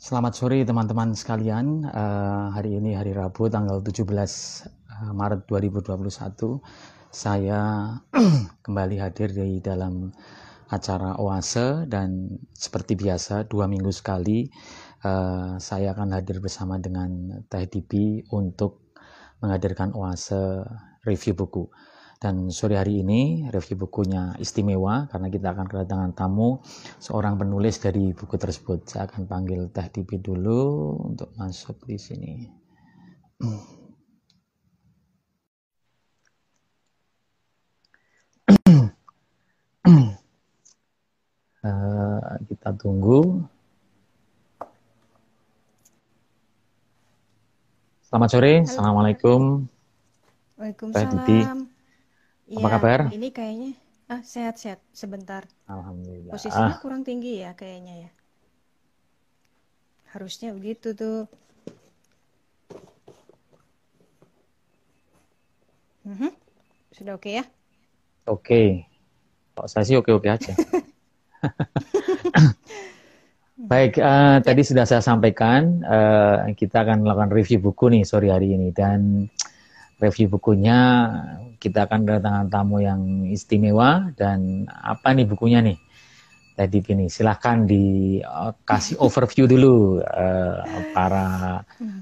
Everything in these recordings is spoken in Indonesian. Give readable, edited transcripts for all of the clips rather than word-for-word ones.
Selamat sore teman-teman sekalian. Hari ini hari Rabu tanggal 17 Maret 2021. Saya kembali hadir di dalam acara Oase dan seperti biasa 2 minggu sekali saya akan hadir bersama dengan Teh Dibi untuk menghadirkan Oase review buku. Dan sore hari ini review bukunya istimewa karena kita akan kedatangan tamu seorang penulis dari buku tersebut. Saya akan panggil Teh Dibi dulu untuk masuk di sini. Kita tunggu. Selamat sore, Halo. Assalamualaikum. Teh Dibi, Waalaikumsalam. apa Iya, kabar? ini kayaknya sehat-sehat sebentar. Posisinya Alhamdulillah. kurang tinggi ya kayaknya ya. Harusnya begitu tuh. Mhm. Sudah oke ya? Oke, kalau saya sih oke-oke aja. Baik, Ya. tadi sudah saya sampaikan kita akan melakukan review buku nih sore hari ini, dan review bukunya kita akan kedatangan tamu yang istimewa. Dan apa nih bukunya nih? Tadi gini, silahkan dikasih overview dulu para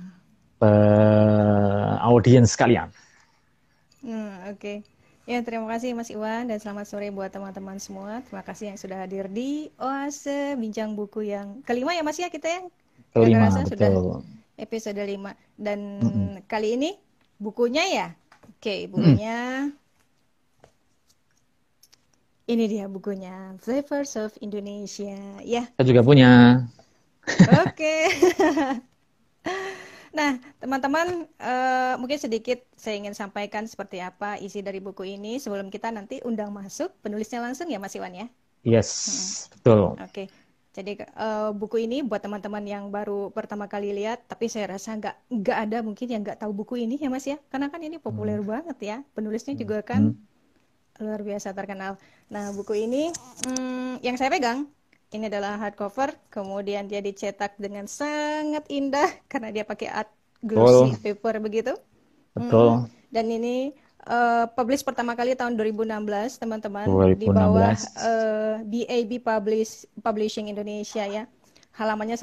audiens sekalian. Oke. Ya, terima kasih Mas Iwan dan selamat sore buat teman-teman semua. Terima kasih yang sudah hadir di Oase Bincang Buku yang kelima ya Mas ya kita ya. Gak Kelima, kerasa sudah betul. episode 5. Dan Mm-mm. kali ini bukunya ya. Oke, Mm-mm. bukunya ini dia bukunya Flavors of Indonesia. Ya, Saya juga punya. oke. Nah, teman-teman, mungkin sedikit saya ingin sampaikan seperti apa isi dari buku ini sebelum kita nanti undang masuk penulisnya langsung ya Mas Iwan ya. Mm-mm. Yes, betul. Oke. Jadi buku ini buat teman-teman yang baru pertama kali lihat, tapi saya rasa nggak ada mungkin yang nggak tahu buku ini ya Mas ya, karena kan ini Mm. populer banget ya. Penulisnya juga kan Mm. luar biasa terkenal. Nah, buku ini yang saya pegang ini adalah hardcover, kemudian dia dicetak dengan sangat indah karena dia pakai art Betul, glossy paper begitu. Mm-mm. betul. Dan ini publish pertama kali tahun 2016, teman-teman, di bawah 2016. BAB Publishing Indonesia ya. Halamannya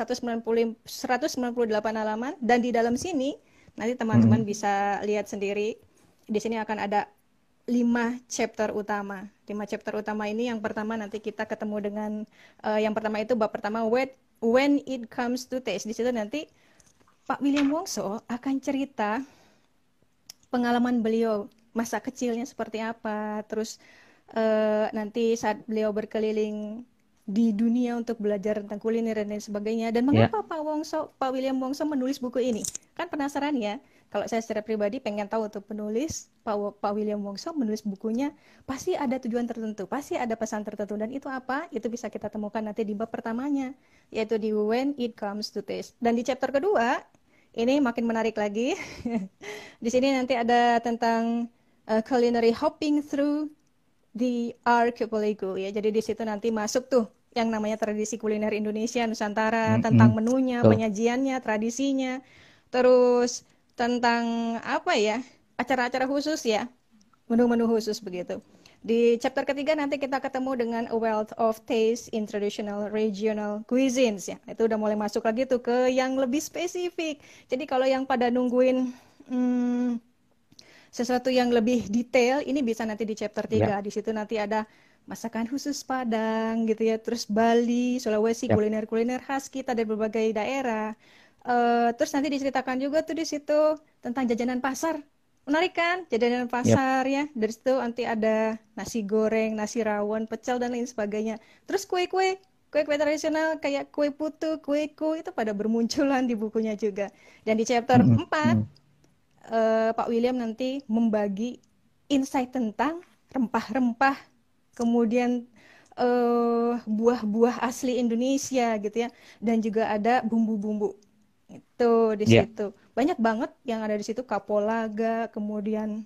198 halaman dan di dalam sini nanti teman-teman Mm-mm. bisa lihat sendiri. Di sini akan ada 5 chapter utama. 5 chapter utama ini yang pertama nanti kita ketemu dengan yang pertama itu bab pertama when it comes to taste. Di situ nanti Pak William Wongso akan cerita pengalaman beliau masa kecilnya seperti apa, terus nanti saat beliau berkeliling di dunia untuk belajar tentang kuliner dan lain sebagainya. Dan Ya, mengapa Pak William Wongso menulis buku ini? Kan penasaran ya. Kalau saya secara pribadi pengen tahu untuk penulis Pak William Wongso menulis bukunya pasti ada tujuan tertentu, pasti ada pesan tertentu, dan itu apa? Itu bisa kita temukan nanti di bab pertamanya, yaitu di When It Comes to Taste. Dan di chapter kedua ini makin menarik lagi. Di sini nanti ada tentang culinary hopping through the archipelago ya. Jadi di situ nanti masuk tuh yang namanya tradisi kuliner Indonesia Nusantara, tentang mm-mm. menunya, Betul. penyajiannya, tradisinya. Terus tentang apa ya? Acara-acara khusus ya, menu-menu khusus begitu. Di chapter ketiga nanti kita ketemu dengan A Wealth of Taste in Traditional Regional Cuisines ya. Itu udah mulai masuk lagi tuh ke yang lebih spesifik. Jadi kalau yang pada nungguin hmm, sesuatu yang lebih detail, ini bisa nanti di chapter Ya, 3. Di situ nanti ada masakan khusus Padang gitu ya, terus Bali, Sulawesi, ya. kuliner-kuliner khas kita dari berbagai daerah. Terus nanti diceritakan juga tuh di situ tentang jajanan pasar. Menarik kan? Jajanan Ya. pasar ya. Dari situ nanti ada nasi goreng, nasi rawon, pecel dan lain sebagainya. Terus kue-kue tradisional kayak kue putu, kue ku itu pada bermunculan di bukunya juga. Dan di chapter Mm-mm. 4 Mm. Pak William nanti membagi insight tentang rempah-rempah, kemudian buah-buah asli Indonesia gitu ya, dan juga ada bumbu-bumbu itu di Ya. situ. Banyak banget yang ada di situ, kapolaga, kemudian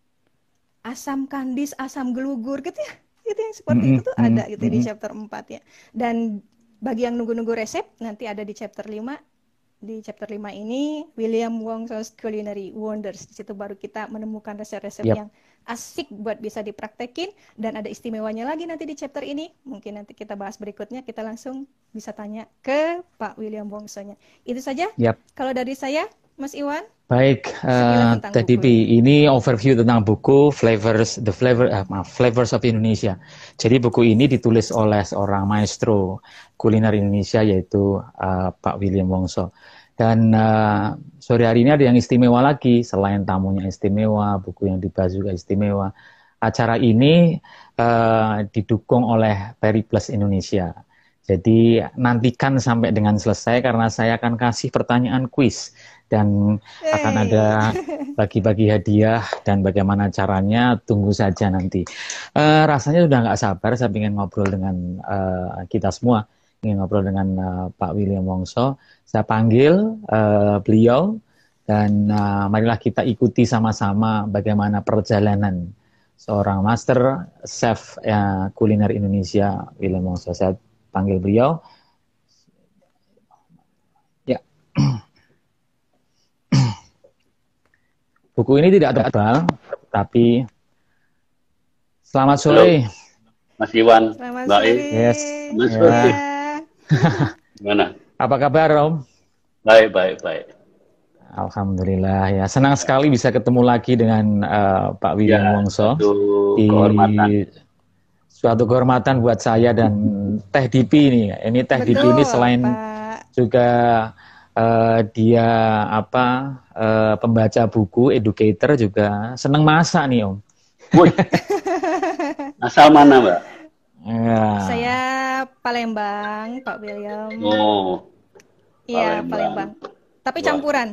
asam kandis, asam gelugur gitu ya. Itu yang seperti itu Mm-mm. tuh ada Mm-mm. gitu di Mm-mm. chapter 4 ya. Dan bagi yang nunggu-nunggu resep, nanti ada di chapter 5. Di chapter 5 ini, William Wongso's Culinary Wonders. Di situ baru kita menemukan resep-resep Yap. yang asik buat bisa dipraktekin. Dan ada istimewanya lagi nanti di chapter ini. Mungkin nanti kita bahas berikutnya, kita langsung bisa tanya ke Pak William Wongso-nya. Itu saja. Yap. Kalau dari saya, Mas Iwan. Baik, Sekilas tentang Teh buku Dibi, ini overview tentang buku Flavors of Indonesia. Jadi buku ini ditulis oleh seorang maestro kuliner Indonesia, yaitu Pak William Wongso. Dan sore hari ini ada yang istimewa lagi, selain tamunya istimewa, buku yang dibahas juga istimewa. Acara ini didukung oleh Periplus Indonesia. Jadi nantikan sampai dengan selesai karena saya akan kasih pertanyaan kuis. Dan akan ada bagi-bagi hadiah dan bagaimana caranya tunggu saja nanti. Rasanya sudah nggak sabar, saya ingin ngobrol dengan kita semua, ingin ngobrol dengan Pak William Wongso. Saya panggil beliau dan marilah kita ikuti sama-sama bagaimana perjalanan seorang master chef kuliner Indonesia, William Wongso. Saya panggil beliau. Ya. Buku ini tidak tebal, tapi selamat sore. Mas Iwan. Selamat sore. Yes. Mas Sore. Gimana? Apa kabar, Om? Baik, baik, baik. Alhamdulillah ya. Senang sekali bisa ketemu lagi dengan Pak William Wongso. Suatu kehormatan buat saya dan Teh Dipi ini. Ini Teh Dipi ini selain Pak. Juga dia pembaca buku, educator, juga seneng masak nih, Om. Wih. Asal mana, Mbak? Ya. Saya Palembang, Pak William. Oh. Iya, Palembang. Tapi campuran.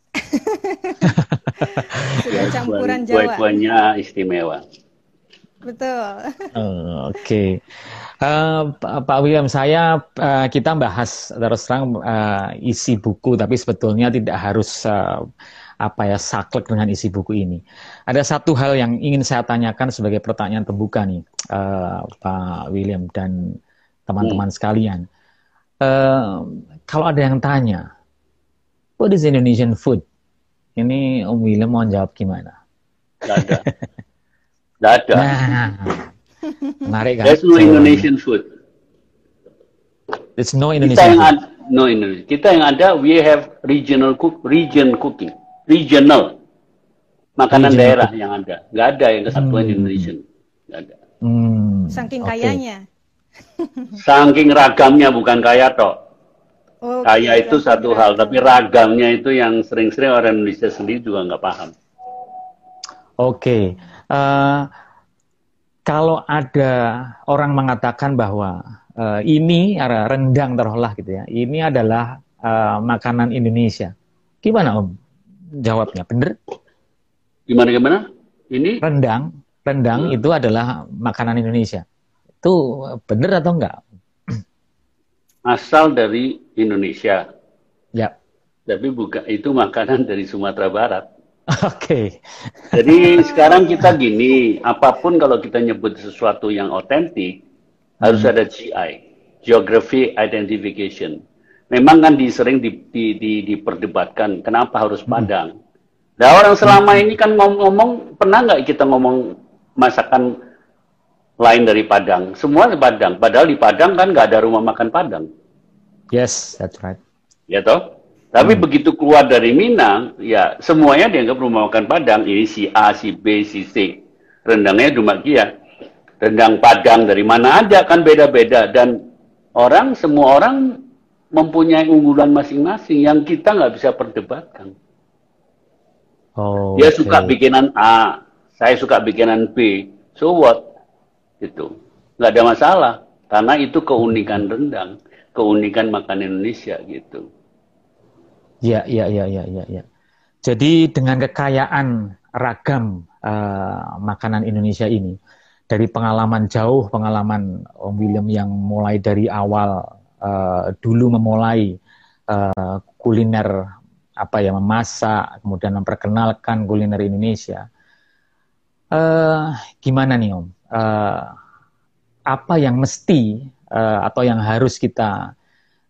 Sudah campuran Jawa. Kue-kuenya istimewa. Betul. Oke. Pak William, kita bahas terus terang isi buku, tapi sebetulnya tidak harus saklek dengan isi buku ini. Ada satu hal yang ingin saya tanyakan sebagai pertanyaan pembuka nih, Pak William dan teman-teman sekalian. Kalau ada yang tanya, what is Indonesian food? Ini Om William mau jawab gimana? Nggak ada. Nggak ada. Nah, menarik kan? There's no Indonesian food. There's no Indonesian food. No Indonesian. Kita yang ada, we have region cooking. Regional. Makanan daerah yang ada. Nggak ada yang kesatuan Indonesian. Nggak ada. Saking kayanya. Saking ragamnya, bukan kaya toh. Okay, kaya itu satu hal, tapi ragamnya itu yang sering-sering orang Indonesia sendiri juga nggak paham. Oke. Kalau ada orang mengatakan bahwa ini rendang taruhlah gitu ya, ini adalah makanan Indonesia, gimana Om jawabnya? Bener? Gimana? Ini rendang itu adalah makanan Indonesia. Itu bener atau enggak? Asal dari Indonesia. Ya. Tapi bukan itu makanan dari Sumatera Barat. Oke. Jadi sekarang kita gini, apapun kalau kita nyebut sesuatu yang otentik, harus ada GI, Geography Identification. Memang kan sering diperdebatkan, kenapa harus Padang? Nah orang selama ini kan ngomong, pernah nggak kita ngomong masakan lain dari Padang? Semua di Padang, padahal di Padang kan nggak ada rumah makan Padang. Yes, that's right. Ya toh? Tapi begitu keluar dari Minang, ya semuanya dianggap rumah makan Padang. Ini si A, si B, si C. Rendangnya Dumakia. Rendang Padang dari mana aja kan beda-beda. Dan semua orang mempunyai unggulan masing-masing yang kita nggak bisa perdebatkan. Oh, dia suka bikinan A, saya suka bikinan B. So what? Gitu. Nggak ada masalah. Karena itu keunikan rendang. Keunikan makan Indonesia gitu. Ya. Jadi dengan kekayaan ragam makanan Indonesia ini, dari pengalaman Om William yang mulai dari awal dulu memulai kuliner memasak, kemudian memperkenalkan kuliner Indonesia. Gimana nih Om? Apa yang mesti atau yang harus kita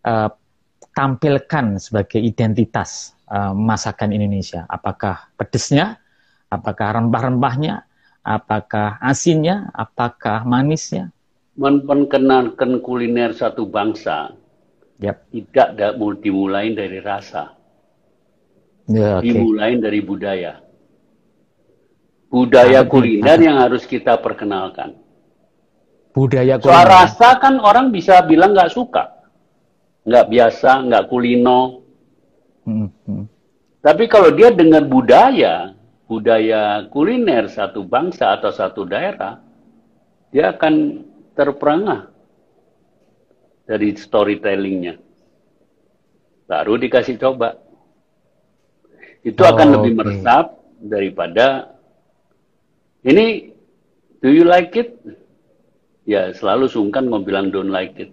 tampilkan sebagai identitas masakan Indonesia? Apakah pedesnya, apakah rempah-rempahnya, apakah asinnya, apakah manisnya? Memperkenalkan kuliner satu bangsa Yap. tidak dimulai dari rasa, Ya, oke. dimulai dari budaya. Budaya Mantap nih, kuliner mantap. yang harus kita perkenalkan. Budaya Soal kuliner. rasa kan orang bisa bilang nggak suka, nggak biasa, nggak kulino. Hmm, hmm. Tapi kalau dia dengar budaya kuliner satu bangsa atau satu daerah, dia akan terperangah dari storytellingnya. Baru dikasih coba. Itu akan lebih Oke. meresap daripada ini, do you like it? Ya selalu sungkan mau bilang don't like it.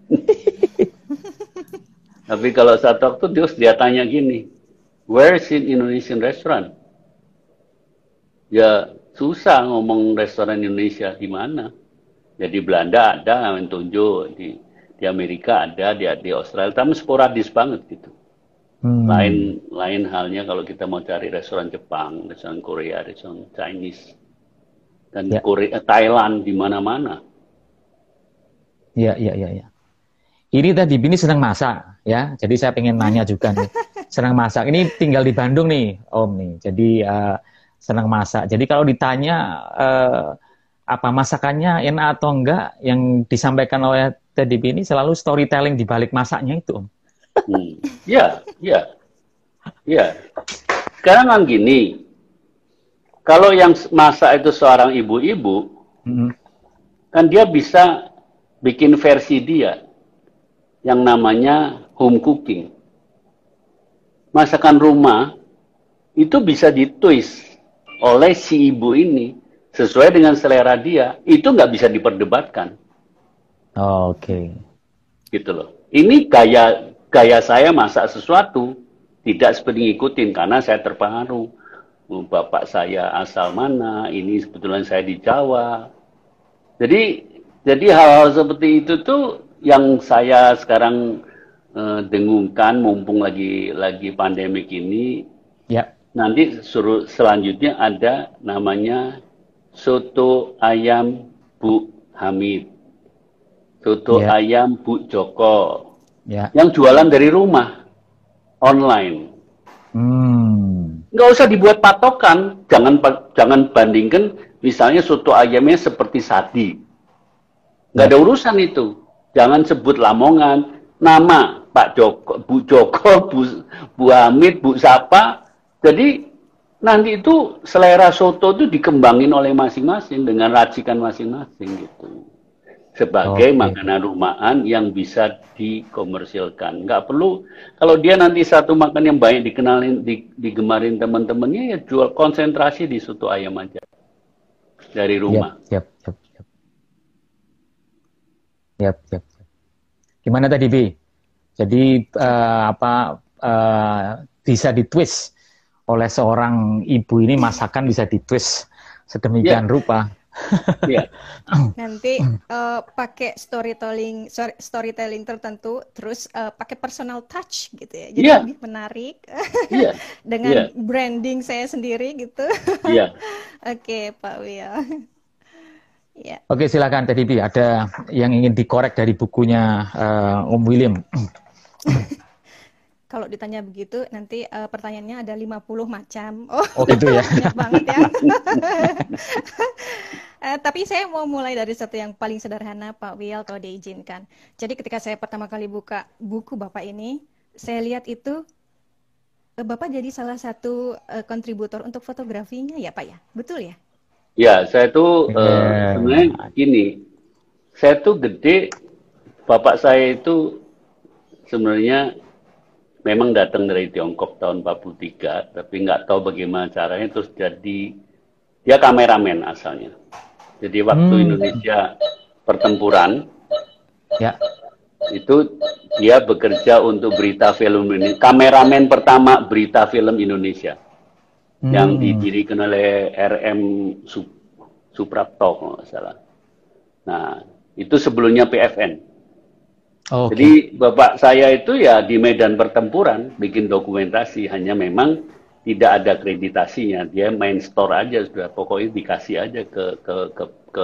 Tapi kalau satu waktu dia tanya gini, where is it Indonesian restaurant? Ya susah ngomong restoran Indonesia di mana. Ya di Belanda ada yang tunjuk, di Amerika ada, di Australia, tapi sporadis banget gitu. Lain halnya kalau kita mau cari restoran Jepang, restoran Korea, restoran Chinese, dan Ya. Thailand di mana-mana. Iya. Ini tadi Bini senang masak, ya. Jadi saya pengen nanya juga nih, senang masak. Ini tinggal di Bandung nih, Om nih. Jadi senang masak. Jadi kalau ditanya apa masakannya enak atau enggak, yang disampaikan oleh Teddy Bini selalu storytelling di balik masaknya itu, Om. Iya. Sekarang kan gini, kalau yang masak itu seorang ibu-ibu, kan dia bisa bikin versi dia yang namanya home cooking. Masakan rumah itu bisa ditwist oleh si ibu ini sesuai dengan selera dia. Itu nggak bisa diperdebatkan. Oke. Gitu loh. Ini gaya saya masak sesuatu tidak seperti ngikutin karena saya terpengaruh. Bapak saya asal mana, ini sebetulnya saya di Jawa. Jadi hal-hal seperti itu tuh yang saya sekarang dengungkan mumpung lagi pandemik ini. Ya. Nanti selanjutnya ada namanya soto ayam Bu Hamid. Soto ayam Bu Joko. Ya. Yang jualan dari rumah online. Nggak usah dibuat patokan. Jangan bandingkan misalnya soto ayamnya seperti Sadi. Nggak ada urusan itu. Jangan sebut Lamongan, nama Pak Joko, Bu Joko, Bu Hamid, Bu Sapa. Jadi nanti itu selera soto itu dikembangin oleh masing-masing dengan racikan masing-masing gitu. Sebagai makanan rumahan yang bisa dikomersilkan. Nggak perlu, kalau dia nanti satu makan yang banyak dikenalin, digemarin teman-temannya, ya jual konsentrasi di soto ayam aja. Dari rumah. Yap. Gimana tadi, Bi? Jadi bisa ditwist oleh seorang ibu ini, masakan bisa ditwist sedemikian rupa. Iya. Nanti pakai storytelling tertentu, terus pakai personal touch gitu ya, jadi lebih menarik. Dengan branding saya sendiri gitu. Iya. Oke, Pak Will. Ya. Oke, silakan Teddy B. Ada yang ingin dikorek dari bukunya Om William? Kalau ditanya begitu, nanti pertanyaannya ada 50 macam. Oh gitu ya? Banyak banget ya. Tapi saya mau mulai dari satu yang paling sederhana, Pak Will, kalau diizinkan. Jadi ketika saya pertama kali buka buku Bapak ini, saya lihat itu Bapak jadi salah satu kontributor untuk fotografinya ya, Pak ya? Betul ya? Ya, saya tuh sebenarnya gini, saya tuh gede, bapak saya itu sebenarnya memang datang dari Tiongkok tahun 43, tapi nggak tahu bagaimana caranya terus jadi, dia kameramen asalnya. Jadi waktu Indonesia pertempuran, itu dia bekerja untuk Berita Film Indonesia, kameramen pertama Berita Film Indonesia. Yang didirikan oleh RM Suprapto kalau nggak salah. Nah, itu sebelumnya PFN. Oke. Jadi bapak saya itu ya di medan pertempuran bikin dokumentasi, hanya memang tidak ada akreditasinya. Dia main store aja sudah, pokoknya dikasih aja ke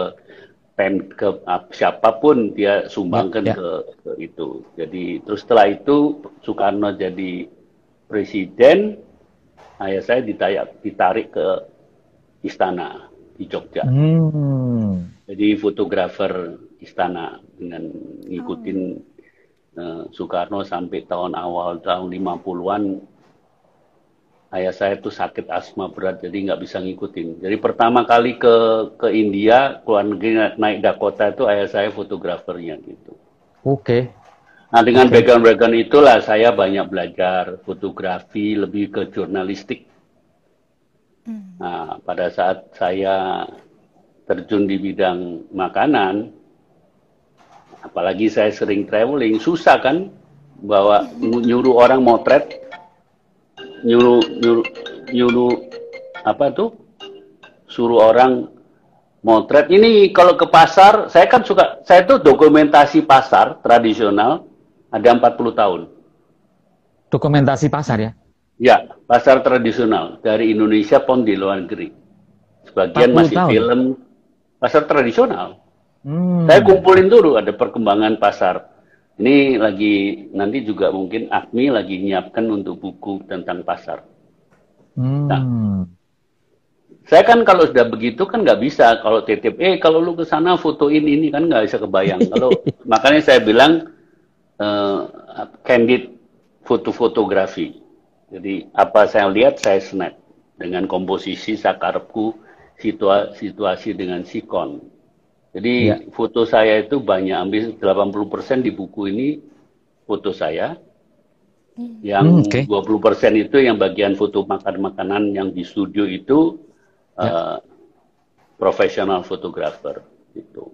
siapapun dia Ya, sumbangkan ya. ke itu. Jadi terus setelah itu Soekarno jadi presiden, ayah saya ditarik ke istana di Jogja. Jadi fotografer istana dengan ngikutin Soekarno sampai tahun 50-an. Ayah saya tuh sakit asma berat, jadi nggak bisa ngikutin. Jadi pertama kali ke India, keluar negeri naik Dakota itu ayah saya fotografernya gitu. Oke. Nah dengan background itulah saya banyak belajar fotografi, lebih ke jurnalistik. Nah pada saat saya terjun di bidang makanan, apalagi saya sering traveling, susah kan bawa nyuruh orang motret, nyuruh apa tuh, suruh orang motret. Ini kalau ke pasar, saya kan suka, saya tuh dokumentasi pasar tradisional ada 40 tahun. Dokumentasi pasar ya? Ya, pasar tradisional dari Indonesia pun di luar negeri. Sebagian 40 masih tahun? film, pasar tradisional. Saya kumpulin dulu ada perkembangan pasar. Ini lagi, nanti juga mungkin AKMI lagi nyiapkan untuk buku tentang pasar. Nah, saya kan kalau sudah begitu kan nggak bisa kalau titip, kalau lu ke sana fotoin ini kan nggak bisa kebayang. Makanya saya bilang candid fotografi. Jadi apa saya lihat saya snap dengan komposisi sakarepku, situasi dengan sikon. Jadi foto saya itu banyak, ambil 80% di buku ini foto saya. Yang 20% itu yang bagian foto makanan yang di studio itu profesional fotografer gitu.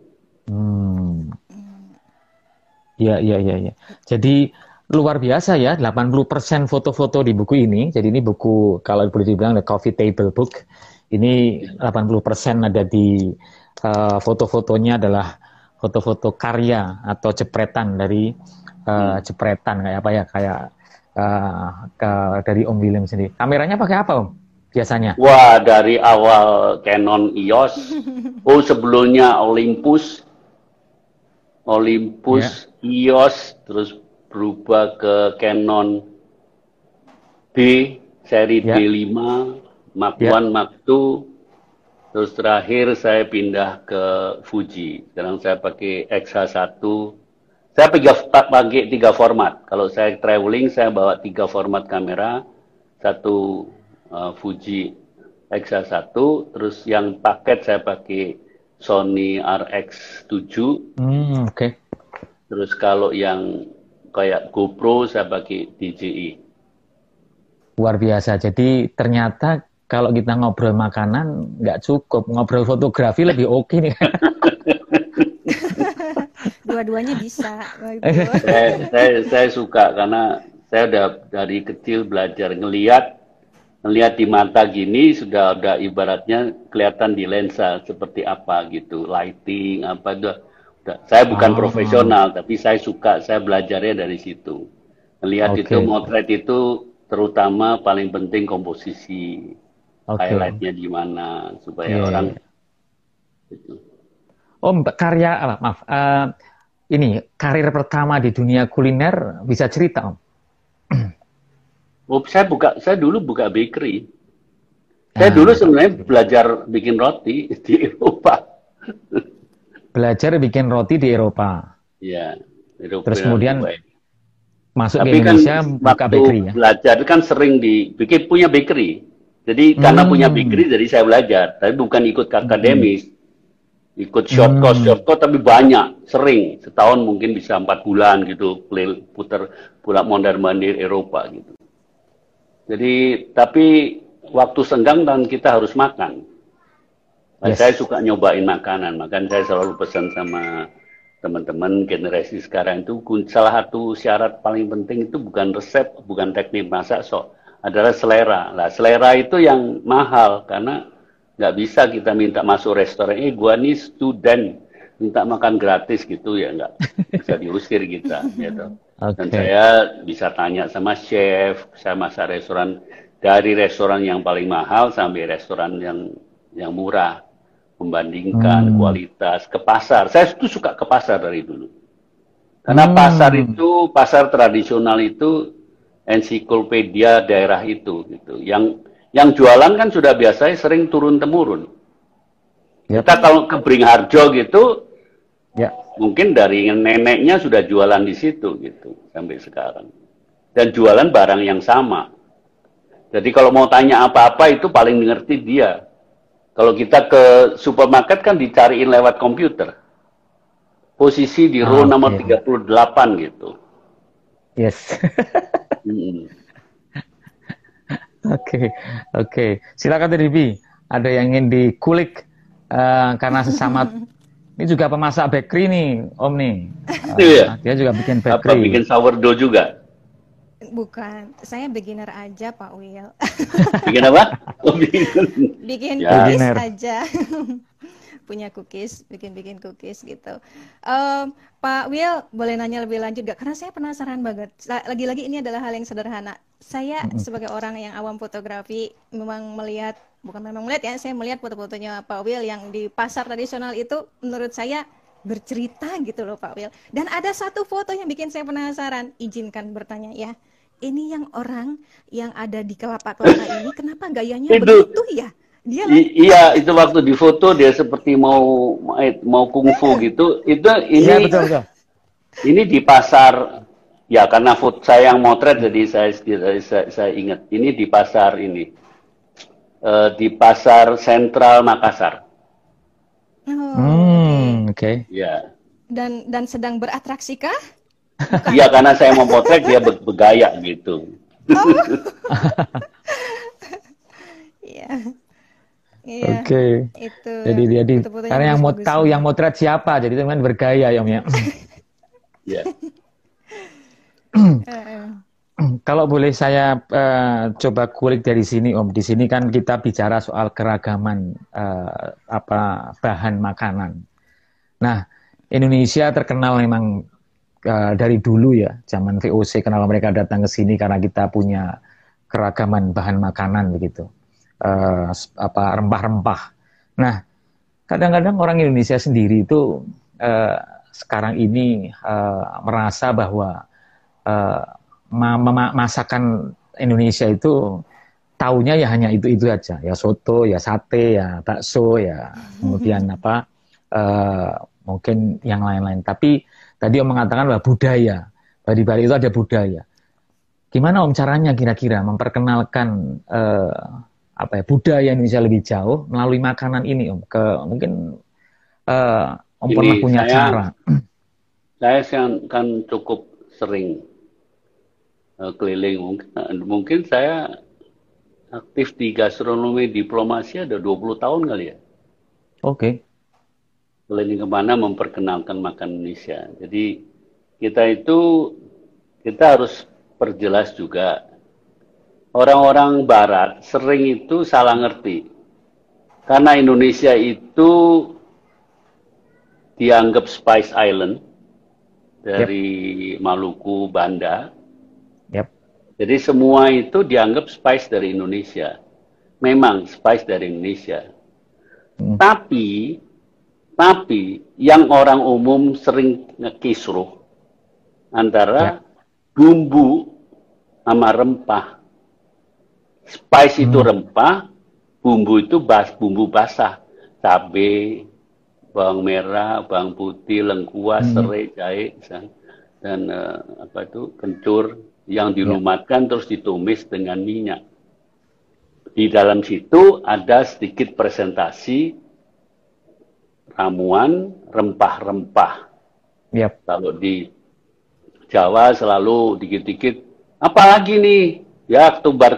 Iya. Jadi luar biasa ya, 80% foto-foto di buku ini. Jadi ini buku kalau boleh dibilang the coffee table book. Ini 80% ada di foto-fotonya adalah foto-foto karya atau jepretan dari jepretan kayak apa ya, kayak dari Om William sendiri. Kameranya pakai apa Om biasanya? Wah, dari awal Canon EOS, sebelumnya Olympus EOS, terus berubah ke Canon B, seri D5, Mark 1, Mark 2, terus terakhir saya pindah ke Fuji. Sekarang saya pakai XH1. Saya pakai 3 format. Kalau saya traveling, saya bawa 3 format kamera. Satu Fuji XH1, terus yang paket saya pakai Sony RX7. Terus kalau yang kayak GoPro saya pakai DJI. Luar biasa. Jadi ternyata kalau kita ngobrol makanan nggak cukup, ngobrol fotografi lebih oke nih. Dua-duanya bisa. Saya suka karena saya udah dari kecil belajar ngelihat di mata gini sudah ibaratnya kelihatan di lensa seperti apa gitu, lighting apa udah. Saya bukan profesional tapi saya suka, saya belajarnya dari situ. Ngelihat itu motret itu terutama paling penting komposisi. Highlightnya di mana supaya orang gitu. Om, ini karir pertama di dunia kuliner bisa cerita Om? Saya dulu buka bakery. Saya dulu sebenarnya belajar bikin roti di Eropa. Belajar bikin roti di Eropa. Iya, Eropa. Terus kemudian masuk ke Indonesia buka bakery ya. Belajar kan sering bikin punya bakery. Jadi karena punya bakery, jadi saya belajar. Tapi bukan ikut akademis, ikut short course tapi banyak, sering. Setahun mungkin bisa 4 bulan gitu, putar mondar-mandir Eropa gitu. Jadi, tapi waktu senggang dan kita harus makan. Saya suka nyobain makanan, makanya saya selalu pesan sama teman-teman generasi sekarang itu, salah satu syarat paling penting itu bukan resep, bukan teknik masak, adalah selera. Nah, selera itu yang mahal karena nggak bisa kita minta masuk restoran. Gua nih student, minta makan gratis gitu ya nggak bisa diusir kita gitu. Dan Oke. saya bisa tanya sama chef, saya masak restoran dari restoran yang paling mahal sampai restoran yang murah, membandingkan kualitas ke pasar. Saya tuh suka ke pasar dari dulu. Karena pasar tradisional itu ensiklopedia daerah itu gitu. Yang jualan kan sudah biasanya sering turun temurun. Yap. Kita kalau ke Beringharjo gitu, Ya. mungkin dari neneknya sudah jualan di situ gitu sampai sekarang. Dan jualan barang yang sama. Jadi kalau mau tanya apa-apa itu paling mengerti dia. Kalau kita ke supermarket kan dicariin lewat komputer. Posisi di row nomor 38 gitu. Yes. Hmm. Oke. Silakan Ribi. Ada yang ingin dikulik karena sesama ini juga pemasak bakery nih, Om nih. Iya. Dia juga bikin Apa bakery. bikin sourdough juga? Bukan, saya beginner aja Pak Will. Bikin apa? Oh, Bikin Ya. cookies Beginner. aja. Punya cookies, bikin cookies gitu. Pak Will, boleh nanya lebih lanjut gak? Karena saya penasaran banget. Lagi-lagi ini adalah hal yang sederhana. Saya sebagai orang yang awam fotografi memang melihat, bukan memang melihat ya, saya melihat foto-fotonya Pak Will yang di pasar tradisional itu menurut saya bercerita gitu loh Pak Will. Dan ada satu foto yang bikin saya penasaran. Izinkan bertanya ya. Ini yang orang yang ada di kelapa-kelapa ini kenapa gayanya Itu. begitu ya? Dia Iya, itu waktu di foto dia seperti mau kungfu gitu. Iya, betul. Ini di pasar, ya karena foto saya yang motret jadi saya ingat. Ini di pasar ini, di pasar sentral Makassar. Oke. Ya, dan sedang beratraksi kah? iya karena saya mau potret dia bergaya gitu. Iya. Iya. Oke. Itu. Jadi foto-fotonya karena yang mau bagus-bagus tahu banget. yang motret siapa, jadi teman bergaya ya Om ya. Ya. Kalau boleh saya coba kulik dari sini Om. Di sini kan kita bicara soal keragaman bahan makanan. Nah, Indonesia terkenal memang dari dulu ya, zaman VOC kenapa mereka datang ke sini karena kita punya keragaman bahan makanan begitu. Rempah-rempah. Nah, kadang-kadang orang Indonesia sendiri itu sekarang ini merasa bahwa masakan Indonesia itu taunya ya hanya itu aja, ya soto, ya sate, ya bakso, ya kemudian mungkin yang lain-lain. Tapi tadi Om mengatakan bahwa budaya, bahwa di balik itu ada budaya. Gimana Om caranya kira-kira memperkenalkan budaya Indonesia lebih jauh melalui makanan ini Om? Mungkin Om pernah punya cara. Saya kan cukup sering keliling. Mungkin saya aktif di gastronomi diplomasi ada 20 tahun kali ya. Oke. Keliling kemana memperkenalkan makan Indonesia. Jadi kita harus perjelas juga. Orang-orang Barat sering itu salah ngerti. Karena Indonesia itu dianggap Spice Island dari Maluku, Banda. Yep. Jadi semua itu dianggap spice dari Indonesia. Memang spice dari Indonesia. Tapi yang orang umum sering ngekisruh antara bumbu sama rempah. Spice itu rempah, bumbu itu bumbu basah. Cabai, bawang merah, bawang putih, lengkuas, serai, jahe, dan kencur yang dilumatkan terus ditumis dengan minyak. Di dalam situ ada sedikit presentasi ramuan rempah-rempah. Yep. Kalau di Jawa selalu dikit-dikit, apalagi nih? Ya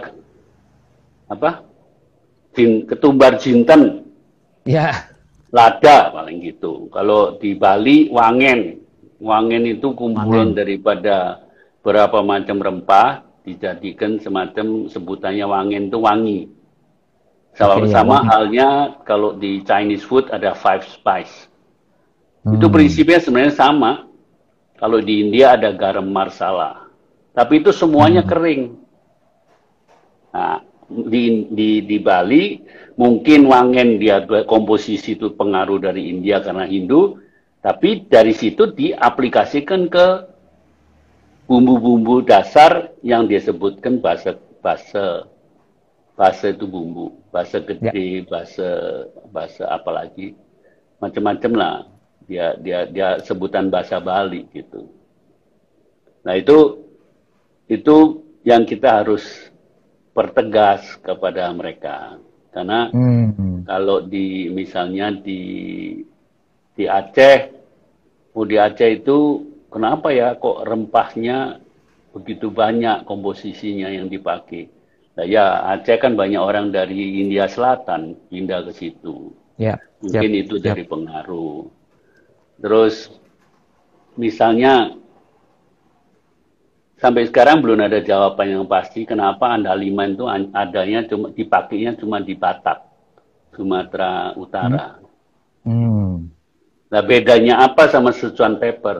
ketumbar jinten. Ya. Lada paling gitu. Kalau di Bali wangen. Wangen itu kumpulan daripada berapa macam rempah dijadikan semacam sebutannya wangen itu wangi. Sama halnya kalau di Chinese food ada 5 spice. Itu prinsipnya sebenarnya sama. Kalau di India ada garam marsala, tapi itu semuanya kering. Nah, di Bali mungkin wangen dia komposisi itu pengaruh dari India karena Hindu, tapi dari situ diaplikasikan ke bumbu-bumbu dasar yang dia sebutkan basa itu bumbu, basa gede, basa apalagi macam-macam lah. Dia sebutan bahasa Bali gitu. Nah, itu yang kita harus pertegas kepada mereka. Karena kalau misalnya di Aceh, di Aceh itu kenapa ya kok rempahnya begitu banyak komposisinya yang dipakai? Nah, ya Aceh kan banyak orang dari India Selatan pindah ke situ. Mungkin itu dari pengaruh. Terus misalnya sampai sekarang belum ada jawaban yang pasti kenapa andaliman itu adanya dipakainya cuma di Batak, Sumatera Utara. Nah, bedanya apa sama Sichuan pepper?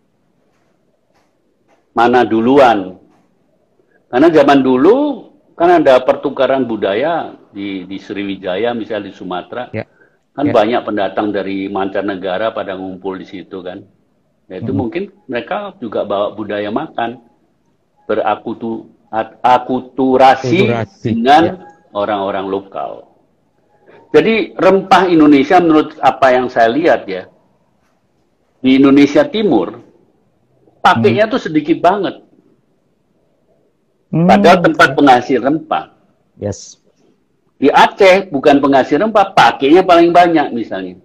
Mana duluan? Karena zaman dulu kan ada pertukaran budaya di Sriwijaya, misalnya di Sumatera. Kan banyak pendatang dari mancanegara pada ngumpul di situ kan. Ya, itu mungkin mereka juga bawa budaya makan, berakulturasi dengan orang-orang lokal. Jadi rempah Indonesia menurut apa yang saya lihat ya, di Indonesia Timur pakainya tuh sedikit banget. Padahal tempat penghasil rempah. Di Aceh bukan penghasil rempah, pakainya paling banyak misalnya.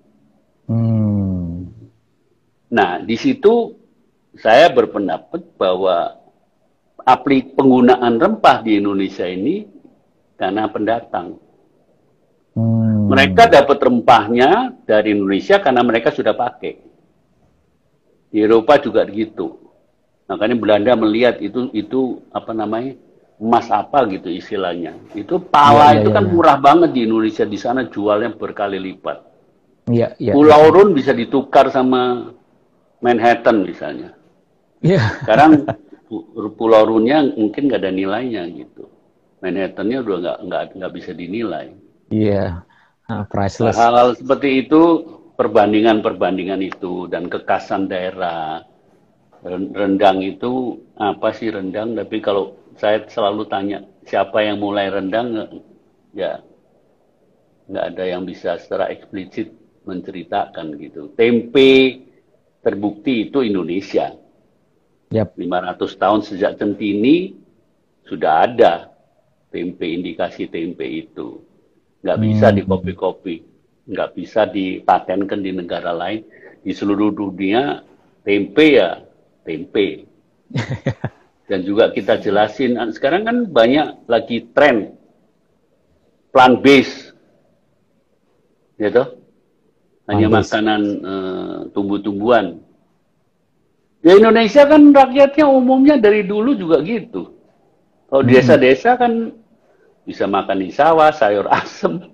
Nah, di situ saya berpendapat bahwa penggunaan rempah di Indonesia ini karena pendatang. Mereka dapat rempahnya dari Indonesia karena mereka sudah pakai. Di Eropa juga begitu. Makanya Belanda melihat itu apa namanya? Emas apa gitu istilahnya. Itu pala itu kan murah banget di Indonesia, di sana jualnya berkali lipat. Pulau Run bisa ditukar sama Manhattan misalnya. Sekarang Pulau Runnya mungkin nggak ada nilainya gitu. Manhattannya udah nggak bisa dinilai. Priceless. Hal-hal seperti itu, perbandingan itu dan kekasan daerah. Rendang itu apa sih rendang? Tapi kalau saya selalu tanya siapa yang mulai rendang, ya nggak ada yang bisa secara eksplisit menceritakan gitu. Tempe terbukti itu Indonesia. 500 tahun sejak Centini sudah ada tempe, indikasi tempe itu. Nggak bisa dikopi-kopi, nggak bisa dipatenkan di negara lain. Di seluruh dunia tempe ya tempe. Dan juga kita jelasin, sekarang kan banyak lagi tren plant-based, gitu. Hanya makanan tumbuh-tumbuhan. Di Indonesia kan rakyatnya umumnya dari dulu juga gitu. Kalau desa-desa kan bisa makan di sawah, sayur asem,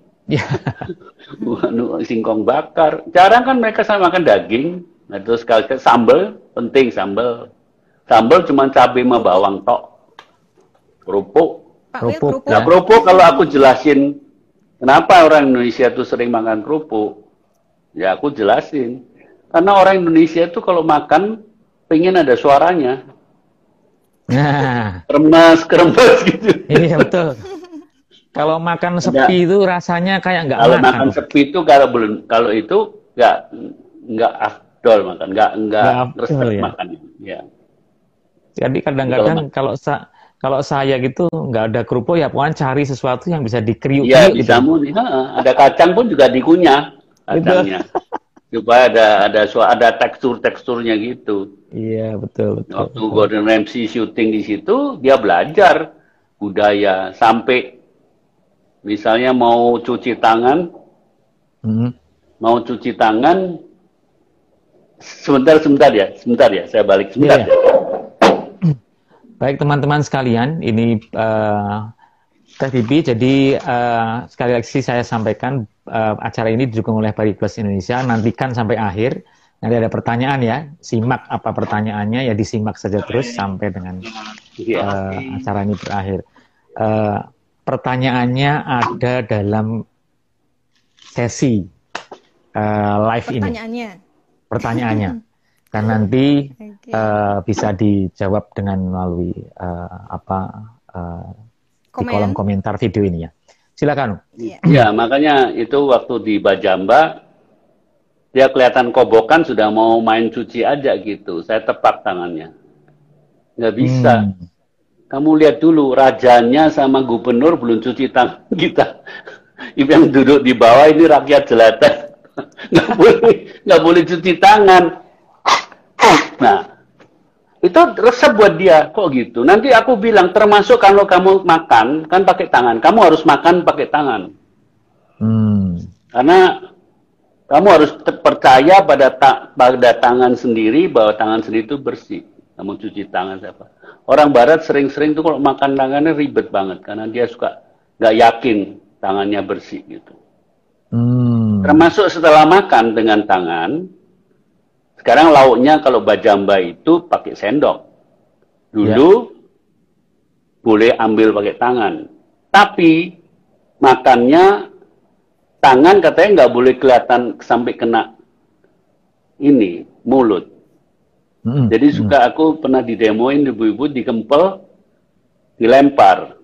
singkong bakar. Jarang kan mereka sama makan daging. Nah, terus sekali sambal, penting sambal. Sambal cuma cabai sama bawang tok. Kerupuk. Nah, kerupuk kalau aku jelasin kenapa orang Indonesia itu sering makan kerupuk, ya aku jelasin. Karena orang Indonesia itu kalau makan pengen ada suaranya. Kremes gitu. Iya betul. Kalau makan sepi itu rasanya kayak nggak makan. Kalau makan sepi itu kalau itu nggak afdol makan, nggak resep makan. Ya. Jadi kadang-kadang kalau saya gitu nggak ada kerupuk ya pokoknya cari sesuatu yang bisa dikriuk. Iya bisa gitu. Ada kacang pun juga dikunyah kacangnya supaya ada teksturnya gitu. Iya betul. Waktu Gordon Ramsay syuting di situ dia belajar budaya sampai misalnya mau cuci tangan sebentar ya saya balik sebentar. Baik teman-teman sekalian, ini Teh Bibi. Jadi sekali lagi saya sampaikan acara ini didukung oleh Bari Plus Indonesia. Nantikan sampai akhir Nanti ada pertanyaan ya, simak apa pertanyaannya ya, disimak saja terus sampai dengan acara ini berakhir. Pertanyaannya ada dalam sesi live ini. Pertanyaannya. Dan nanti bisa dijawab dengan melalui di kolom komentar video ini ya. Silakan. Ya, makanya itu waktu di Bajamba dia kelihatan kobokan sudah mau main cuci aja gitu. Saya tepak tangannya. Nggak bisa. Kamu lihat dulu, rajanya sama gubernur belum cuci tangan kita. Yang duduk di bawah ini rakyat jelata. Nggak boleh cuci tangan. Nah, itu resep buat dia. Kok gitu? Nanti aku bilang, termasuk kalau kamu makan, kan pakai tangan. Kamu harus makan pakai tangan. Karena kamu harus percaya pada tangan sendiri, bahwa tangan sendiri itu bersih. Kamu cuci tangan siapa? Orang Barat sering-sering tuh kalau makan tangannya ribet banget. Karena dia suka nggak yakin tangannya bersih gitu. Termasuk setelah makan dengan tangan, sekarang lauknya kalau Bajamba itu pakai sendok. Dulu boleh ambil pakai tangan. Tapi makannya tangan katanya nggak boleh kelihatan sampai kena ini mulut. Jadi suka aku pernah didemoin ibu-ibu dikempel, dilempar,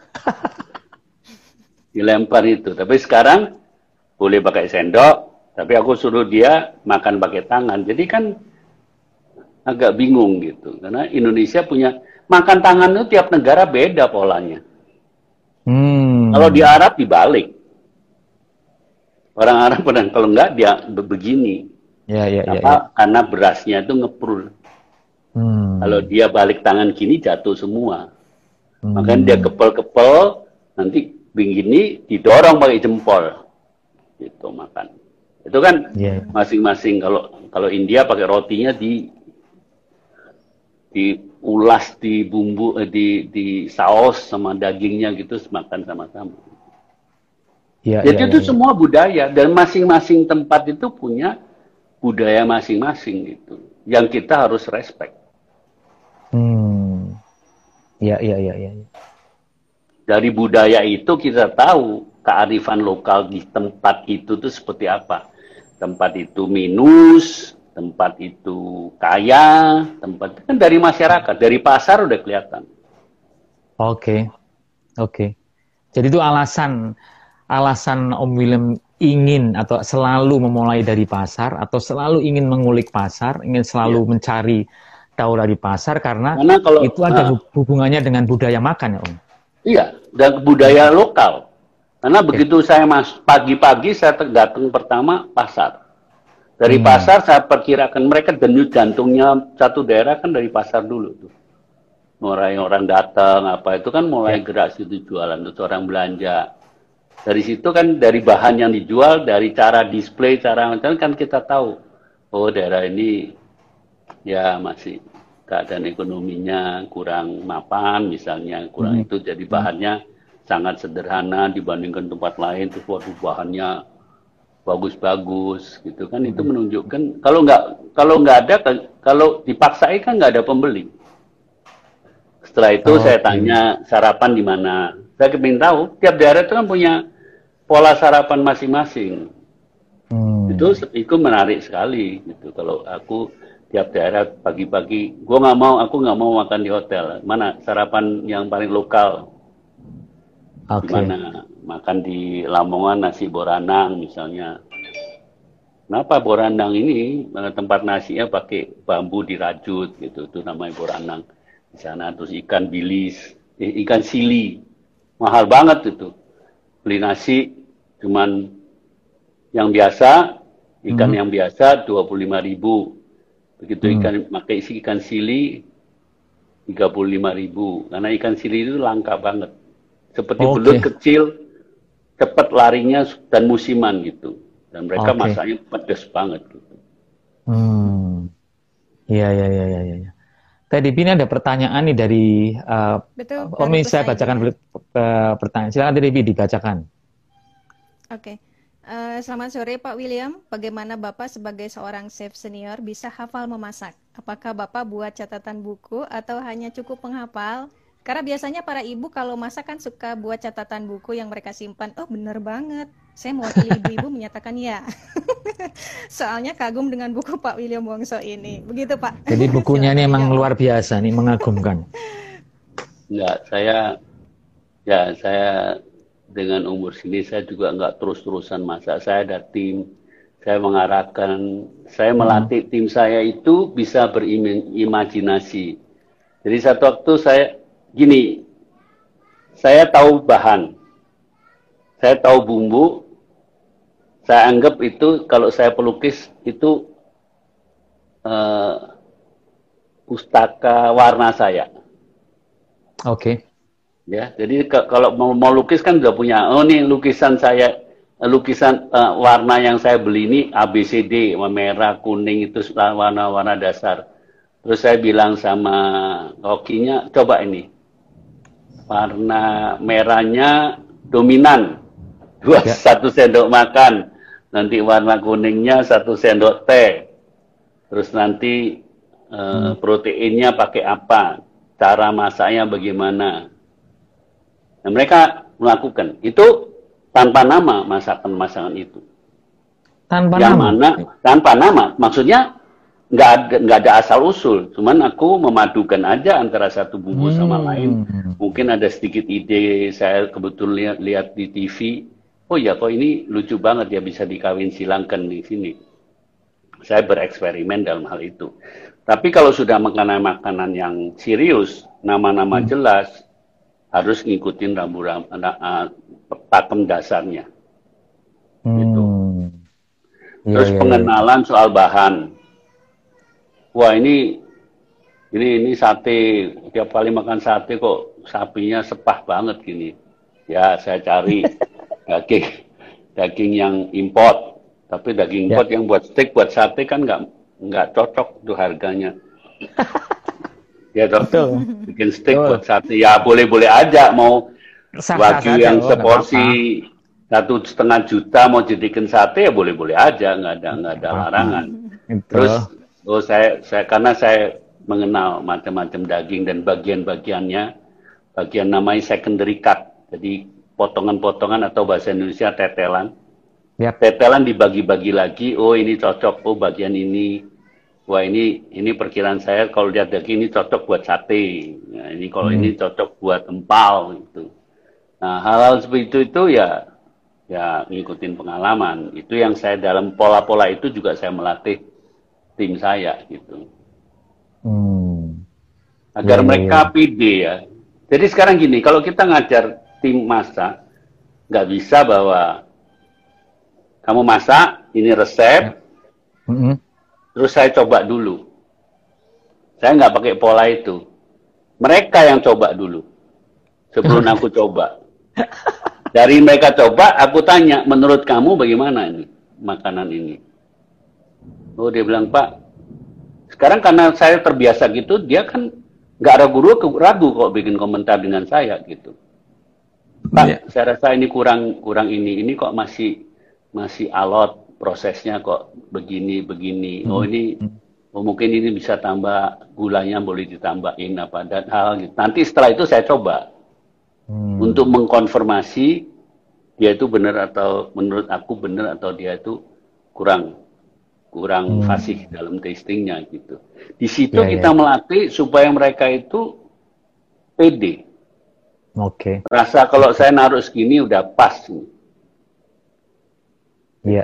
dilempar itu. Tapi sekarang boleh pakai sendok, tapi aku suruh dia makan pakai tangan. Jadi kan agak bingung gitu, karena Indonesia punya makan tangan itu tiap negara beda polanya. Kalau di Arab dibalik. Orang Arab kalau enggak dia begini. Karena berasnya itu ngeprul. Kalau dia balik tangan gini jatuh semua. Makanya dia kepel-kepel, nanti begini didorong pakai jempol. Gitu makan. Itu kan masing-masing. Kalau India pakai rotinya diulas di bumbu, di saus sama dagingnya gitu, makan sama-sama. Jadi itu semua budaya, dan masing-masing tempat itu punya budaya masing-masing gitu, yang kita harus respect. Dari budaya itu kita tahu kearifan lokal di tempat itu tuh seperti apa. Tempat itu minus, tempat itu kaya, tempat kan dari masyarakat, dari pasar udah kelihatan. Oke. Jadi itu alasan Om William ingin atau selalu memulai dari pasar, atau selalu ingin mengulik pasar, ingin selalu mencari tahu dari pasar, karena kalau, itu ada hubungannya dengan budaya makan ya Om? Iya, dan budaya lokal. Karena begitu saya pagi-pagi saya datang pertama pasar. Dari pasar saya perkirakan mereka denyut jantungnya satu daerah kan dari pasar dulu tuh. Orang datang apa itu kan mulai gerak situ jualan, terus orang belanja. Dari situ kan dari bahan yang dijual, dari cara display, cara macam kan kita tahu, oh daerah ini ya masih keadaan ekonominya kurang mapan misalnya, kurang itu, jadi bahannya sangat sederhana dibandingkan tempat lain, terus waduh bahannya bagus-bagus gitu kan, itu menunjukkan kalau nggak ada, kalau dipaksain kan nggak ada pembeli. Setelah itu saya tanya sarapan di mana. Saya ingin tahu, tiap daerah itu kan punya pola sarapan masing-masing. Itu menarik sekali gitu. Kalau aku tiap daerah pagi-pagi, aku nggak mau makan di hotel. Mana sarapan yang paling lokal? Gimana? Makan di Lamongan nasi boranang misalnya. Kenapa boranang ini? Tempat nasinya pakai bambu dirajut gitu. Itu namanya boranang. Di sana terus ikan bilis, ikan sili. Mahal banget itu. Beli nasi cuman yang biasa, ikan yang biasa 25.000. Begitu pakai isi ikan sili 35.000. Karena ikan sili itu langka banget. Seperti belut kecil, cepat larinya dan musiman gitu. Dan mereka masaknya pedas banget gitu. Iya. Tadi ini ada pertanyaan nih dari Om, saya bacakan pertanyaan. Silakan Devi dibacakan. Oke. Selamat sore Pak William. Bagaimana Bapak sebagai seorang chef senior bisa hafal memasak? Apakah Bapak buat catatan buku atau hanya cukup menghafal? Karena biasanya para ibu kalau masak kan suka buat catatan buku yang mereka simpan. Oh bener banget. Saya mewakili ibu-ibu menyatakan ya. Soalnya kagum dengan buku Pak William Wongso ini. Begitu Pak. Jadi bukunya ini Silakan emang dijawab. luar biasa nih, mengagumkan. Enggak, saya dengan umur sini saya juga nggak terus-terusan masak. Saya ada tim, saya mengarahkan, saya melatih tim saya itu bisa berimajinasi. Jadi satu waktu gini, saya tahu bahan, saya tahu bumbu, saya anggap itu kalau saya pelukis itu pustaka warna saya. Oke. Ya, jadi kalau mau lukis kan udah punya. Oh nih lukisan saya, lukisan warna yang saya beli ini ABCD, merah, kuning itu warna-warna dasar. Terus saya bilang sama kokinya, coba ini warna merahnya dominan, Ya. 1 sendok makan. Nanti warna kuningnya 1 sendok teh. Terus nanti proteinnya pakai apa? Cara masaknya bagaimana? Nah, mereka melakukan itu tanpa nama masakan-masakan itu. Tanpa Yang nama. mana tanpa nama, maksudnya nggak ada asal usul. Cuman aku memadukan aja antara satu bumbu sama lain. Mungkin ada sedikit ide, saya kebetulan lihat di TV. Oh ya, kok ini lucu banget ya bisa dikawin silangkan di sini. Saya bereksperimen dalam hal itu. Tapi kalau sudah makanan-makanan yang serius, nama-nama jelas, harus ngikutin pakem dasarnya. Gitu. Terus pengenalan soal bahan. Wah ini sate, tiap kali makan sate kok sapinya sepah banget gini. Ya saya cari daging yang import. Tapi daging import yang buat steak, buat sate kan nggak cocok tuh harganya. Ya toh, bikin steak buat sate ya boleh-boleh aja, mau wagyu yang seporsi 1,5 juta mau jadikan sate ya boleh-boleh aja, nggak ada larangan. Terus karena saya mengenal macam-macam daging dan bagian-bagiannya, bagian namanya secondary cut, jadi potongan-potongan atau bahasa Indonesia tetelan. Tetelan dibagi-bagi lagi, oh ini cocok, oh bagian ini. Wah ini perkiraan saya kalau lihat daging ini cocok buat sate. Nah, ini kalau ini cocok buat empal gitu. Nah, hal-hal seperti itu ya ngikutin pengalaman. Itu yang saya dalam pola-pola itu juga saya melatih tim saya gitu. Agar mereka pede ya. Jadi sekarang gini, kalau kita ngajar tim masak, nggak bisa bahwa kamu masak, ini resep, terus saya coba dulu. Saya nggak pakai pola itu. Mereka yang coba dulu. Sebelum aku coba. Dari mereka coba, aku tanya, menurut kamu bagaimana ini makanan ini? Oh dia bilang, Pak, sekarang karena saya terbiasa gitu, dia kan nggak ragu kok bikin komentar dengan saya gitu. Pak, saya rasa ini kurang ini kok masih alot. Prosesnya kok begini. Oh ini, mungkin ini bisa tambah gulanya, boleh ditambahin apa dan hal gitu. Nanti setelah itu saya coba untuk mengkonfirmasi dia itu benar atau menurut aku benar atau dia itu kurang fasih dalam tastingnya gitu. Di situ kita melatih supaya mereka itu pede. Rasa kalau saya naruh segini udah pas nih. Iya.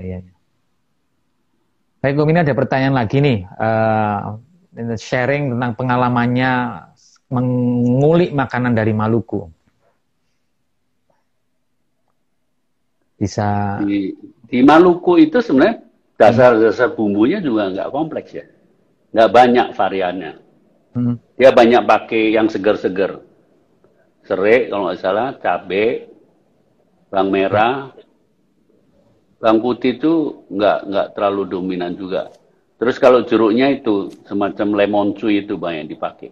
Baik, Om, ini ada pertanyaan lagi nih. Sharing tentang pengalamannya mengulik makanan dari Maluku. Bisa. Di Maluku itu sebenarnya dasar bumbunya juga nggak kompleks ya. Nggak banyak variannya. Dia banyak pakai yang segar-segar. Serai kalau nggak salah, cabai, bawang merah, bawang putih itu nggak terlalu dominan juga. Terus kalau jeruknya itu semacam lemon cuy itu banyak dipakai.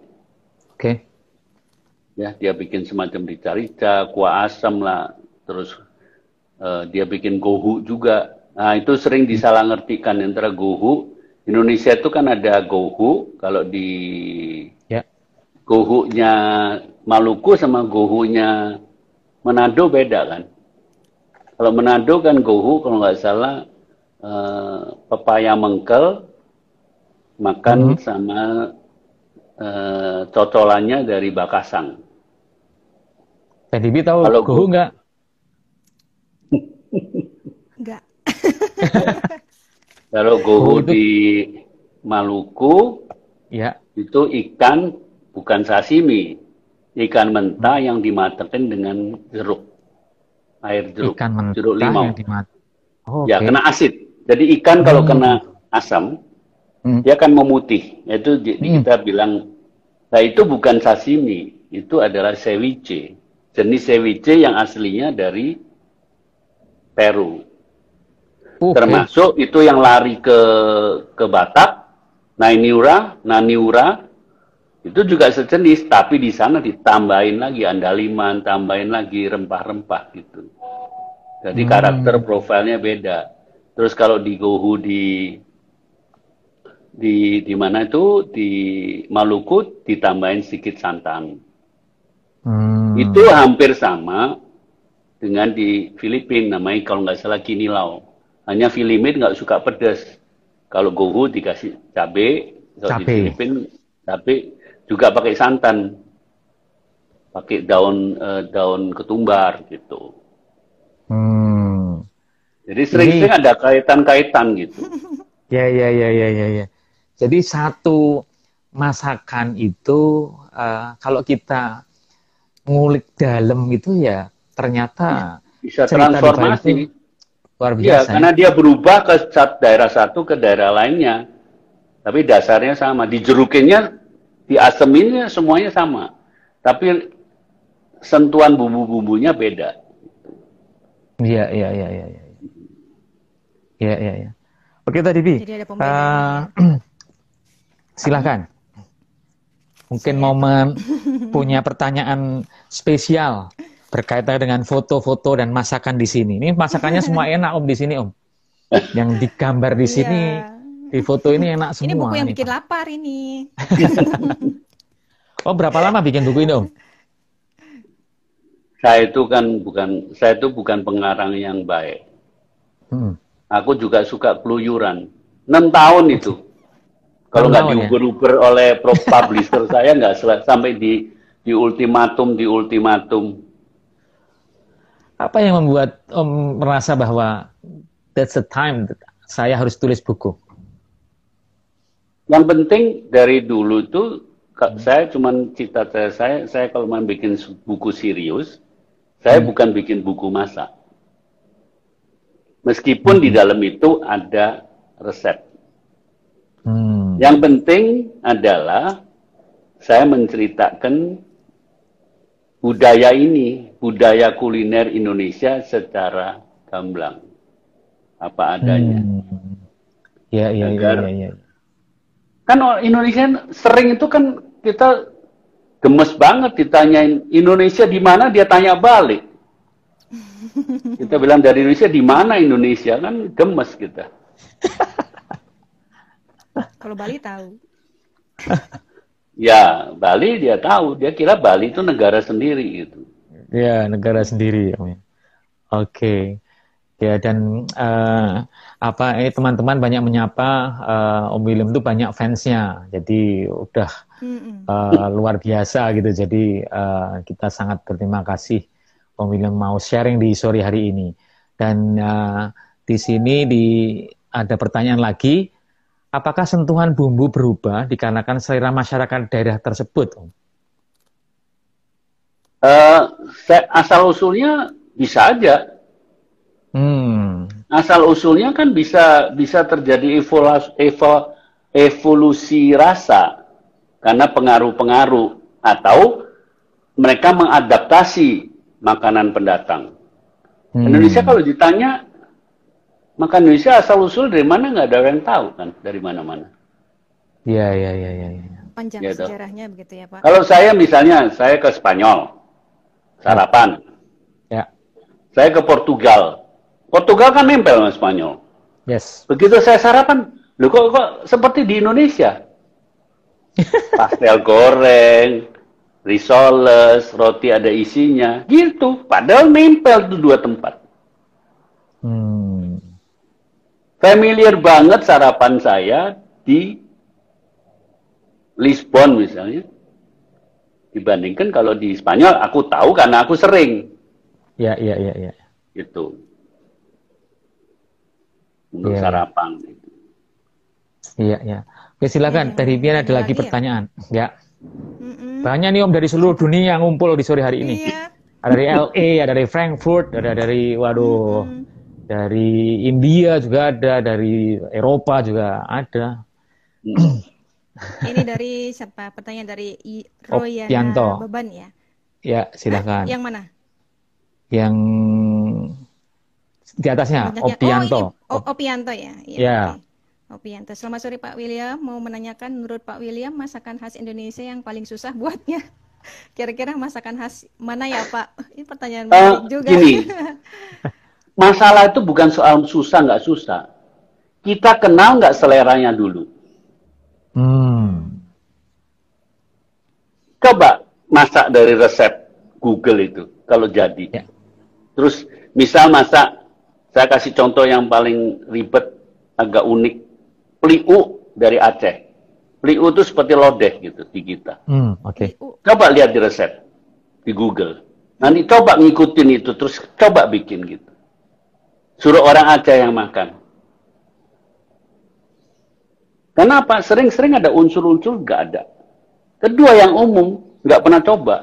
Ya, dia bikin semacam rica-rica, kuah asam lah. Terus dia bikin gohu juga. Nah, itu sering disalah ngertikan antara gohu. Indonesia itu kan ada gohu, kalau di Ya. gohunya Maluku sama gohunya Manado beda kan. Kalau Manado kan gohu, kalau nggak salah pepaya mengkel, makan sama cocolannya dari bakasang. PDB tahu Kalau gohu nggak? Enggak. Kalau gohu Gohu itu- di Maluku Ya. itu ikan bukan sashimi, ikan mentah yang dimatangkan dengan jeruk, air jeruk, Ikan mentah jeruk limau. yang dimasak. Oh, Ya, oke. kena asid. Jadi ikan kalau kena asam, dia akan memutih. Itu kita bilang, nah itu bukan sashimi, itu adalah ceviche. Jenis ceviche yang aslinya dari Peru. Oke. Termasuk itu yang lari ke Batak, Naniura, itu juga sejenis, tapi di sana ditambahin lagi andaliman, tambahin lagi rempah-rempah gitu. Jadi karakter profilnya beda. Terus kalau di gohu di mana itu di Maluku ditambahin sedikit santan. Itu hampir sama dengan di Filipina, namanya kalau nggak salah kinilaw. Hanya Filipina nggak suka pedas. Kalau gohu dikasih cabai, kalau di Cabai. Filipina cabai juga pakai santan, pakai daun ketumbar gitu. Jadi sering-sering ada kaitan-kaitan gitu. Ya. Jadi satu masakan itu kalau kita ngulik dalam gitu ya ternyata Bisa cerita di balik transformasi. itu luar Iya, biasa. karena dia berubah ke daerah satu ke daerah lainnya. Tapi dasarnya sama. Dijerukinnya, diaseminnya semuanya sama. Tapi sentuhan bumbu-bumbunya beda. Iya. Oke tadi Bi. Jadi ada pembedaannya, Silakan. Mungkin punya pertanyaan spesial berkaitan dengan foto-foto dan masakan di sini. Ini masakannya semua enak Om di sini Om. Yang digambar di sini, di foto ini enak semua. Ini buku yang nih, bikin Pak. lapar ini. Oh, berapa lama bikin buku ini Om? Saya itu bukan pengarang yang baik. Aku juga suka keluyuran. 6 tahun itu. Kalau 6 nggak tahun, ya? diuber-uber oleh publisher saya nggak sampai di ultimatum. Apa yang membuat Om merasa bahwa that's the time saya harus tulis buku? Yang penting dari dulu itu saya cuman cita-cita saya kalau mau bikin buku serius, saya bukan bikin buku masak. Meskipun di dalam itu ada resep. Yang penting adalah saya menceritakan budaya ini, budaya kuliner Indonesia secara gamblang. Apa adanya. Ya. Kan Indonesia sering itu kan kita gemes banget ditanyain Indonesia di mana, dia tanya balik. Kita bilang dari Indonesia di mana Indonesia, kan gemes kita. Kalau Bali tahu. Ya, Bali dia tahu, dia kira Bali itu negara sendiri gitu. Ya, negara sendiri. Oke. Ya, dan teman-teman banyak menyapa Om William itu banyak fansnya. Jadi udah luar biasa gitu. Jadi kita sangat berterima kasih Om William mau sharing di sore hari ini. Dan di sini ada pertanyaan lagi. Apakah sentuhan bumbu berubah dikarenakan selera masyarakat daerah tersebut, Om? Asal usulnya bisa aja. Asal usulnya kan bisa terjadi evolusi rasa karena pengaruh-pengaruh atau mereka mengadaptasi makanan pendatang. Indonesia kalau ditanya makan Indonesia asal usul dari mana, nggak ada yang tahu kan dari mana-mana. Iya. Panjang Gitu. sejarahnya begitu ya Pak. Kalau saya misalnya saya ke Spanyol sarapan, Ya. saya ke Portugal Portugal kan nempel sama Spanyol. Yes. Begitu saya sarapan, loh kok seperti di Indonesia? Pastel goreng, risoles, roti ada isinya, gitu. Padahal nempel tuh dua tempat. Familiar banget sarapan saya di Lisbon misalnya. Dibandingkan kalau di Spanyol, aku tahu karena aku sering. Ya. Gitu. Untuk Ya. sarapan. Iya. Oke, silakan. Teh Ribian ada lagi pertanyaan. Ya. Mm-mm. Banyak nih Om dari seluruh dunia yang ngumpul di sore hari ini. Iya. Ada dari LA, ada dari Frankfurt, ada dari dari India juga ada, dari Eropa juga ada. Ini dari siapa? Pertanyaan dari Royana Opianto. Beban ya? Ya, silakan. Yang mana? Yang di atasnya, Opianto. Opianto ya? Iya. Ya. Okay. Opianto. Selamat sore Pak William. Mau menanyakan menurut Pak William masakan khas Indonesia yang paling susah buatnya. Kira-kira masakan khas mana ya Pak? Ini pertanyaan menarik juga. Gini, masalah itu bukan soal susah nggak susah. Kita kenal nggak seleranya dulu. Coba masak dari resep Google itu, kalau jadi. Ya. Terus misal masak, saya kasih contoh yang paling ribet, agak unik. Pliu dari Aceh. Pliu itu seperti lodeh gitu di kita. Oke. Coba lihat di resep di Google. Nanti coba ngikutin itu, terus coba bikin gitu. Suruh orang Aceh yang makan. Kenapa? Sering-sering ada unsur-unsur nggak ada. Kedua yang umum nggak pernah coba.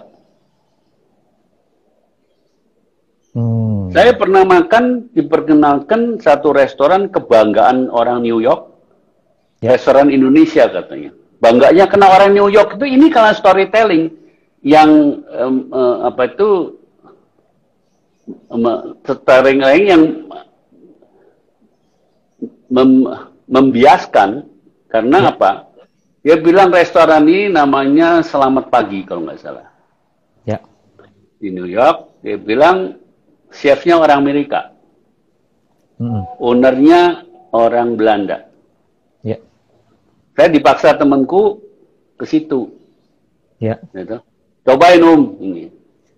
Saya pernah makan, diperkenalkan satu restoran kebanggaan orang New York. Restoran Indonesia katanya. Bangganya kena orang New York itu ini karena storytelling yang storytelling yang membiaskan karena apa? Dia bilang restoran ini namanya Selamat Pagi kalau nggak salah. Ya. Di New York dia bilang chefnya orang Amerika, ownernya orang Belanda. Ya. Saya dipaksa temanku ke situ. Ya. Gitu. Cobain ini.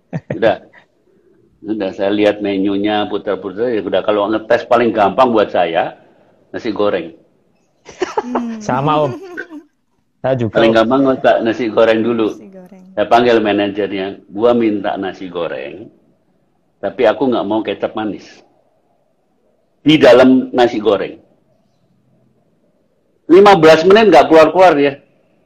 Udah saya lihat menunya putar-putar. Ya udah kalau ngetes paling gampang buat saya nasi goreng. Sama Om. Saya juga. Paling gampang ngotak nasi goreng dulu. Nasi goreng. Saya panggil manajernya. Gua minta nasi goreng. Tapi aku nggak mau kecap manis. Di dalam nasi goreng. 15 menit nggak keluar-keluar dia.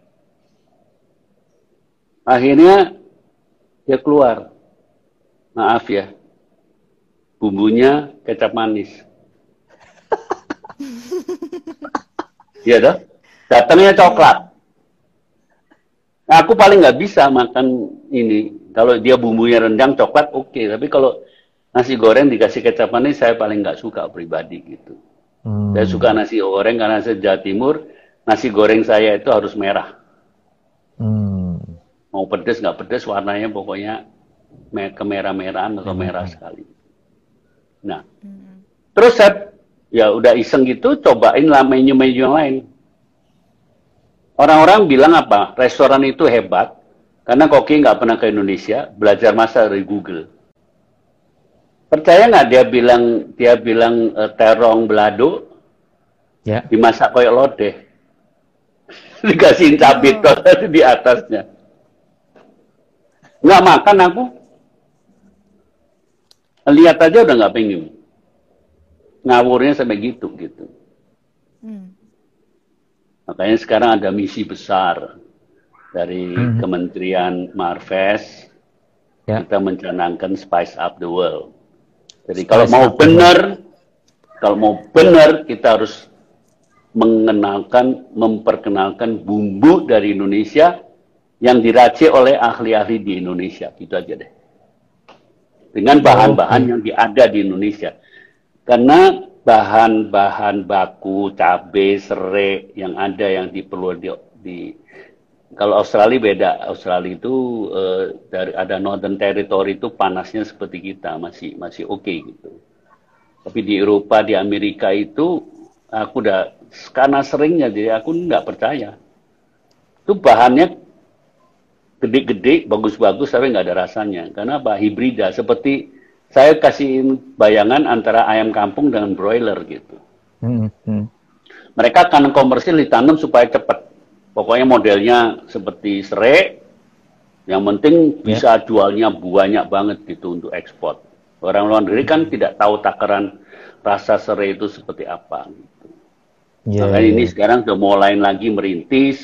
Akhirnya dia keluar. Maaf ya. Bumbunya kecap manis. Iya dah. Datangnya coklat. Nah, aku paling nggak bisa makan ini. Kalau dia bumbunya rendang coklat oke. Tapi kalau nasi goreng dikasih kecap manis saya paling nggak suka pribadi gitu. Saya suka nasi goreng karena saya Jawa Timur. Nasi goreng saya itu harus merah. Mau pedes nggak pedes warnanya pokoknya kemerah-merahan atau merah sekali. Nah, terus saya ya udah iseng gitu cobain lah menu-menu yang lain. Orang-orang bilang apa? Restoran itu hebat karena koki nggak pernah ke Indonesia, belajar masak dari Google. Percaya nggak dia bilang terong belado dimasak kayak lodeh, dikasihin cabai di atasnya. Nggak makan aku, lihat aja udah nggak pengen. Ngawurnya sampai gitu. Makanya sekarang ada misi besar dari Kementerian Marves, kita mencanangkan Spice Up the World. Jadi kalau mau benar, kita harus memperkenalkan bumbu dari Indonesia yang diracik oleh ahli-ahli di Indonesia, gitu aja deh. Dengan bahan-bahan yang ada di Indonesia. Karena bahan-bahan baku, cabai, serai yang ada yang diperlu kalau Australia beda. Australia itu ada Northern Territory itu panasnya seperti kita, masih oke gitu. Tapi di Eropa, di Amerika itu aku udah karena seringnya jadi aku nggak percaya. Itu bahannya gede-gede, bagus-bagus tapi nggak ada rasanya. Karena apa? Hibrida. Seperti saya kasih bayangan antara ayam kampung dengan broiler gitu. Mereka akan komersil ditanam supaya cepat. Pokoknya modelnya seperti serai, yang penting bisa jualnya banyak banget gitu untuk ekspor. Orang luar negeri kan tidak tahu takaran rasa serai itu seperti apa. Gitu. Makanya ini sekarang sudah mulai lagi merintis,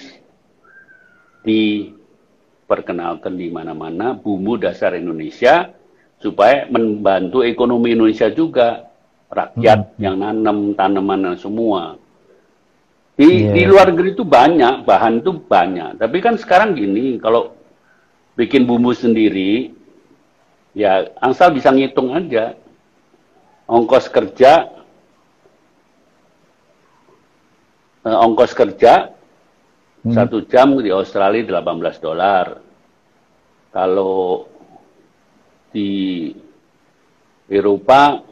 diperkenalkan di mana-mana bumbu dasar Indonesia supaya membantu ekonomi Indonesia juga, rakyat yang nanam tanaman semua. Di luar negeri itu banyak, bahan itu banyak. Tapi kan sekarang gini, kalau bikin bumbu sendiri, ya asal bisa ngitung aja. Ongkos kerja 1 jam di Australia $18. Kalau di Eropa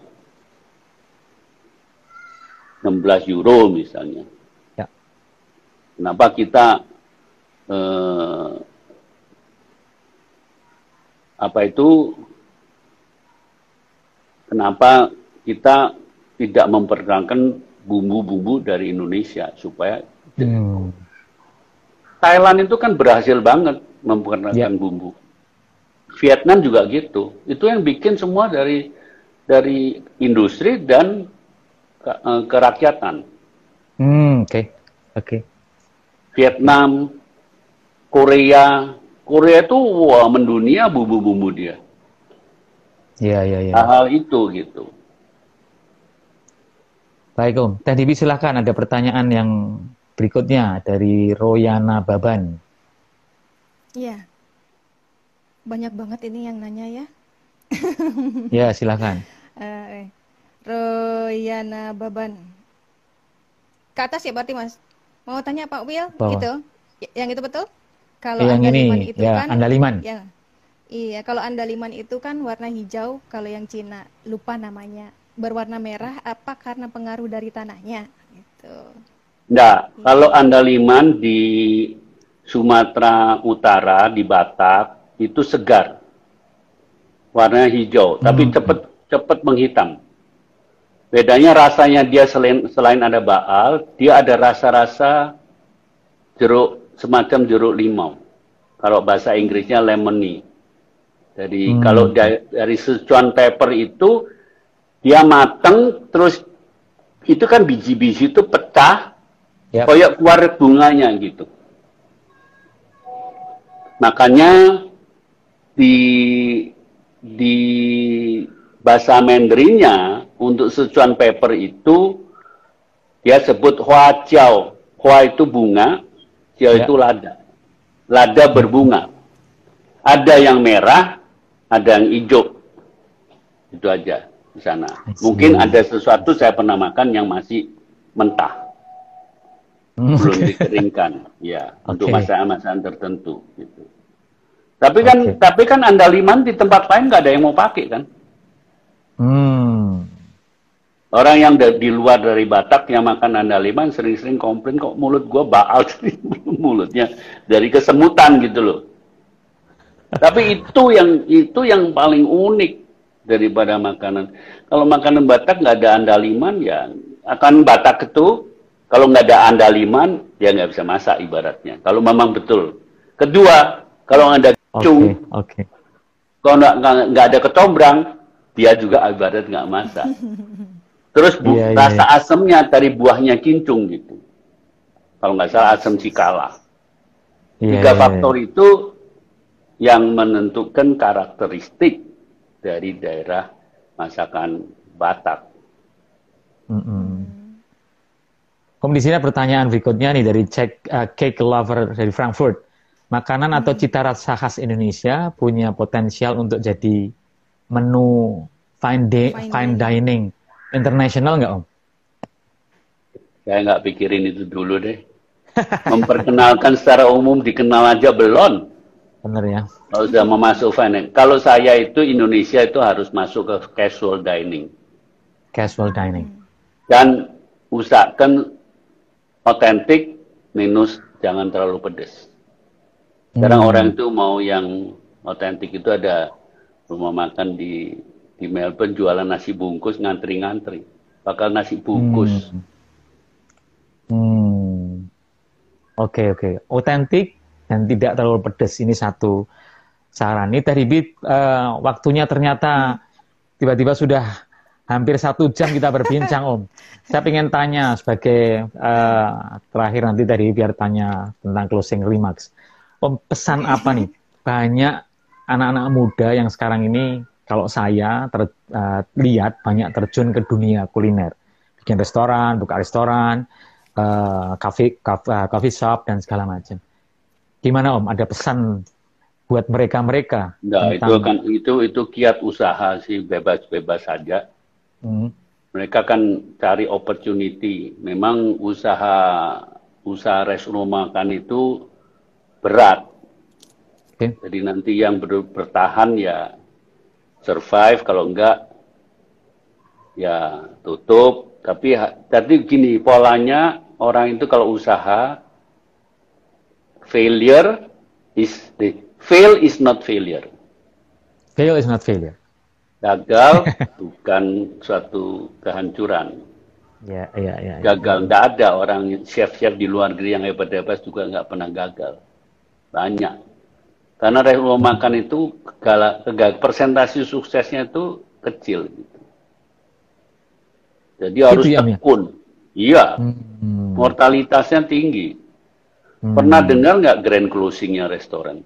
16 euro misalnya. Kenapa kita kenapa kita tidak memperkenalkan bumbu-bumbu dari Indonesia supaya Thailand itu kan berhasil banget memperkenalkan bumbu. Vietnam juga gitu. Itu yang bikin semua dari industri dan kerakyatan. Oke. Vietnam, Korea itu mendunia bumbu-bumbu dia. Iya. Hal itu gitu. Baik Om, Teh Dewi silakan, ada pertanyaan yang berikutnya dari Royana Baban. Iya. Banyak banget ini yang nanya ya. Ya, silakan. Royana Baban. Ke atas ya berarti Mas. Mau tanya Pak Will gitu. Yang itu betul? Kalau yang andaliman ini itu ya, kan andaliman. Ya. Iya, kalau andaliman itu kan warna hijau, kalau yang Cina lupa namanya. Berwarna merah apa karena pengaruh dari tanahnya gitu. Enggak, kalau andaliman di Sumatera Utara di Batak itu segar. Warnanya hijau, tapi cepat menghitam. Bedanya rasanya dia selain ada baal, dia ada rasa-rasa jeruk, semacam jeruk limau. Kalau bahasa Inggrisnya lemony. Jadi kalau dari Sichuan pepper itu, dia mateng, terus itu kan biji-biji itu pecah, kayak keluar bunganya gitu. Makanya di bahasa Mandarinnya untuk Sichuan pepper itu dia sebut hua jiao. Hua itu bunga, jiao itu lada. Lada berbunga. Ada yang merah, ada yang hijau. Itu aja di sana. Mungkin ada sesuatu saya pernah makan yang masih mentah. Belum dikeringkan, ya, untuk masakan-masakan tertentu gitu. Tapi kan andaliman di tempat lain nggak ada yang mau pakai kan? Orang yang di luar dari Batak yang makan andaliman sering-sering komplain kok mulut gua baal mulutnya dari kesemutan gitu loh. Tapi itu yang paling unik daripada makanan. Kalau makanan Batak nggak ada andaliman ya akan Batak itu kalau nggak ada andaliman dia nggak bisa masak ibaratnya. Kalau memang betul. Kedua kalau ada cung, kalau nggak ada kecombrang dia juga ibarat nggak masak. Terus rasa asamnya dari buahnya kincung gitu. Kalau nggak salah asam cikala. 3 faktor itu yang menentukan karakteristik dari daerah masakan Batak. Di sini pertanyaan berikutnya nih dari Cake Lover dari Frankfurt. Makanan atau cita rasa khas Indonesia punya potensial untuk jadi menu fine dining internasional nggak Om? Saya nggak pikirin itu dulu deh. Memperkenalkan secara umum dikenal aja belum. Bener ya. Kalau sudah mau masuk fine. Kalau saya itu Indonesia itu harus masuk ke casual dining. Casual dining. Dan usahakan otentik minus jangan terlalu pedas. Sekarang orang itu mau yang otentik itu ada rumah makan di Melbourne jualan nasi bungkus ngantri-ngantri. Bakal nasi bungkus. Oke. Otentik dan tidak terlalu pedas. Ini satu saran. Ini Teh Ribit, waktunya ternyata tiba-tiba sudah hampir 1 jam kita berbincang, Om. Saya ingin tanya sebagai terakhir nanti tadi biar tanya tentang closing remarks. Om, pesan apa nih? Banyak anak-anak muda yang sekarang ini, kalau saya lihat banyak terjun ke dunia kuliner. Bikin restoran, buka restoran, coffee shop, dan segala macam. Gimana Om, ada pesan buat mereka-mereka? Nah, itu kiat usaha sih, bebas-bebas saja. Mereka kan cari opportunity. Memang usaha restoran makan itu berat. Jadi nanti yang bertahan ya survive, kalau enggak ya tutup. Tapi gini, polanya orang itu kalau usaha fail is not failure. Fail is not failure. Gagal bukan suatu kehancuran. Ya. Gagal, enggak ada orang chef-chef di luar negeri yang hebat-hebat juga enggak pernah gagal. Banyak. Karena restoran makan itu persentase suksesnya itu kecil. Gitu. Jadi harus tekun. Iya. Mortalitasnya tinggi. Pernah dengar nggak grand closing-nya restoran?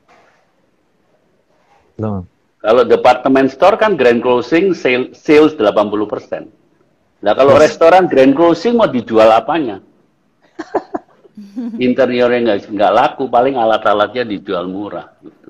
Belum. Kalau department store kan grand closing sales 80%. Nah kalau restoran grand closing mau dijual apanya? Interiornya nggak laku, paling alat-alatnya dijual murah. Gitu.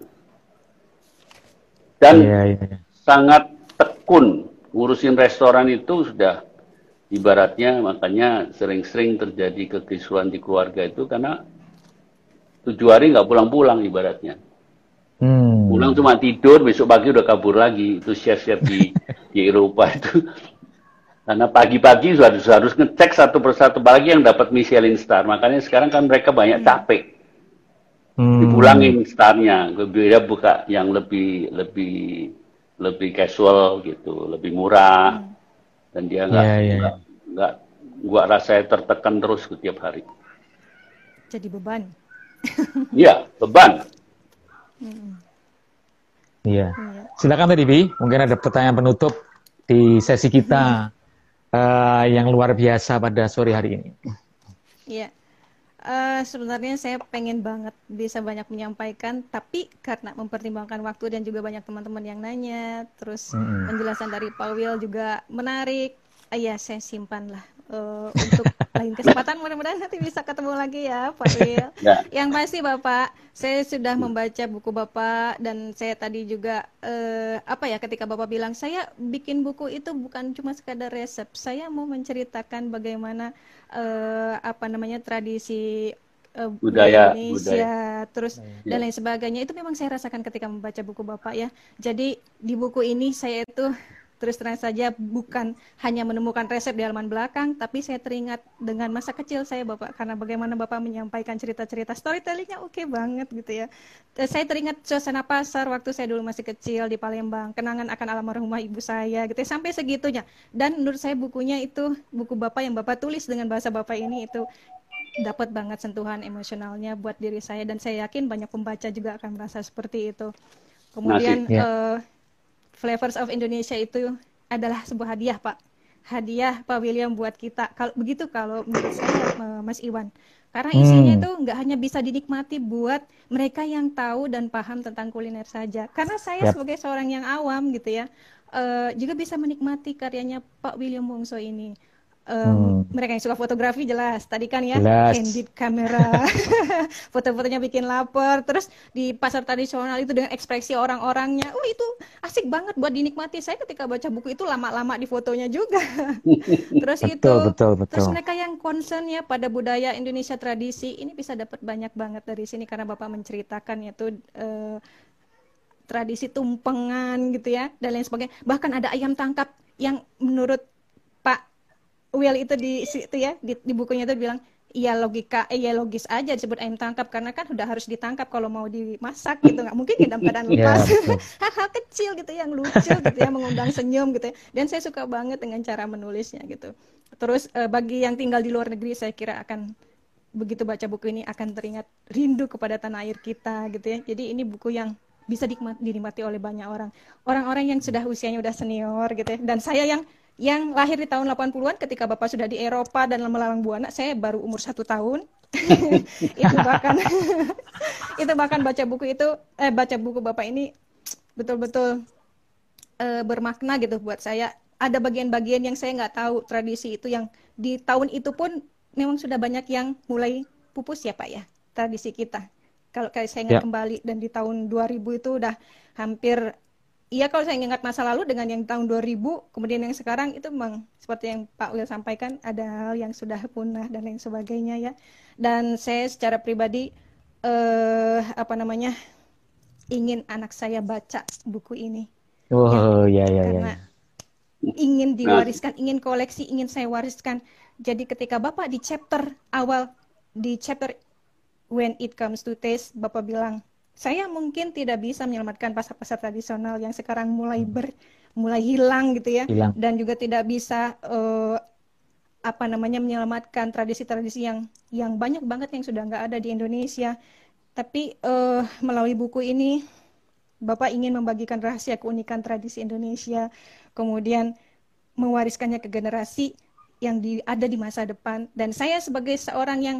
Dan sangat tekun ngurusin restoran itu sudah ibaratnya, makanya sering-sering terjadi kekisruhan di keluarga itu karena 7 hari nggak pulang-pulang ibaratnya. Pulang cuma tidur, besok pagi udah kabur lagi. Itu chef-chef di Eropa itu. Karena pagi-pagi harus ngecek satu persatu, apalagi yang dapat Michelin star. Makanya sekarang kan mereka banyak capek. Dipulangin starnya, beda buka yang lebih casual gitu, lebih murah. Dan dia nggak gua rasa tertekan terus setiap hari. Jadi beban. Iya, beban. Iya. Silakan tadi Bi, mungkin ada pertanyaan penutup di sesi kita yang luar biasa pada sore hari ini. Iya. Sebenarnya saya pengen banget bisa banyak menyampaikan, tapi karena mempertimbangkan waktu dan juga banyak teman-teman yang nanya, terus penjelasan dari Pak Will juga menarik. Ya, saya simpan lah untuk lain kesempatan, mudah-mudahan nanti bisa ketemu lagi ya Pak Will. Yang pasti Bapak, saya sudah membaca buku Bapak dan saya tadi juga ketika Bapak bilang saya bikin buku itu bukan cuma sekadar resep, saya mau menceritakan bagaimana tradisi budaya Indonesia, terus dan lain sebagainya. Itu memang saya rasakan ketika membaca buku Bapak ya. Jadi di buku ini saya itu terus terang saja bukan hanya menemukan resep di halaman belakang, tapi saya teringat dengan masa kecil saya Bapak, karena bagaimana Bapak menyampaikan cerita-cerita, storytellingnya oke banget gitu ya. Saya teringat suasana pasar waktu saya dulu masih kecil di Palembang, kenangan akan almarhumah ibu saya gitu ya, sampai segitunya. Dan menurut saya bukunya itu, buku Bapak yang Bapak tulis dengan bahasa Bapak ini itu dapat banget sentuhan emosionalnya buat diri saya, dan saya yakin banyak pembaca juga akan merasa seperti itu. Kemudian Flavors of Indonesia itu adalah sebuah hadiah Pak. Hadiah Pak William buat kita. Kalau menurut saya Mas Iwan. Karena isinya itu nggak hanya bisa dinikmati buat mereka yang tahu dan paham tentang kuliner saja. Karena saya sebagai seorang yang awam gitu ya, juga bisa menikmati karyanya Pak William Wongso ini. Mereka yang suka fotografi jelas tadi kan ya, candid kamera, foto-fotonya bikin lapar, terus di pasar tradisional itu dengan ekspresi orang-orangnya, itu asik banget buat dinikmati. Saya ketika baca buku itu lama-lama di fotonya juga. Terus betul. Terus mereka yang concern ya pada budaya Indonesia tradisi ini bisa dapat banyak banget dari sini, karena Bapak menceritakan yaitu tradisi tumpengan gitu ya dan lain sebagainya. Bahkan ada ayam tangkap yang menurut Will itu di situ ya, di bukunya itu bilang, iya logis aja disebut ayam tangkap karena kan udah harus ditangkap kalau mau dimasak gitu, nggak mungkin dalam keadaan Ya, lepas. betul. Hal-hal kecil gitu yang lucu gitu ya, mengundang senyum gitu ya. Dan saya suka banget dengan cara menulisnya gitu. Terus bagi yang tinggal di luar negeri, saya kira akan begitu baca buku ini akan teringat rindu kepada tanah air kita gitu ya. Jadi ini buku yang bisa dinikmati oleh banyak orang. Orang-orang yang sudah usianya udah senior gitu ya. Dan saya yang lahir di tahun 80-an ketika Bapak sudah di Eropa dan melalang buana, saya baru umur 1 tahun. itu bahkan itu bahkan baca buku Bapak ini betul-betul bermakna gitu buat saya. Ada bagian-bagian yang saya nggak tahu tradisi itu yang di tahun itu pun memang sudah banyak yang mulai pupus ya Pak ya, tradisi kita. Kalau saya ingat Ya. kembali dan di tahun 2000 itu udah hampir, iya kalau saya ingat masa lalu dengan yang tahun 2000, kemudian yang sekarang itu memang seperti yang Pak Will sampaikan, ada hal yang sudah punah dan lain sebagainya ya. Dan saya secara pribadi ingin anak saya baca buku ini ya, Oh, ya, ya, ya, karena ya. ingin Nah, diwariskan, ingin koleksi, ingin saya wariskan. Jadi ketika Bapak di chapter awal, di chapter When It Comes to Taste, Bapak bilang, saya mungkin tidak bisa menyelamatkan pasar-pasar tradisional yang sekarang mulai hilang gitu ya, Hilang. dan juga tidak bisa menyelamatkan tradisi-tradisi yang banyak banget yang sudah nggak ada di Indonesia. Tapi melalui buku ini Bapak ingin membagikan rahasia keunikan tradisi Indonesia, kemudian mewariskannya ke generasi yang ada di masa depan. Dan saya sebagai seorang yang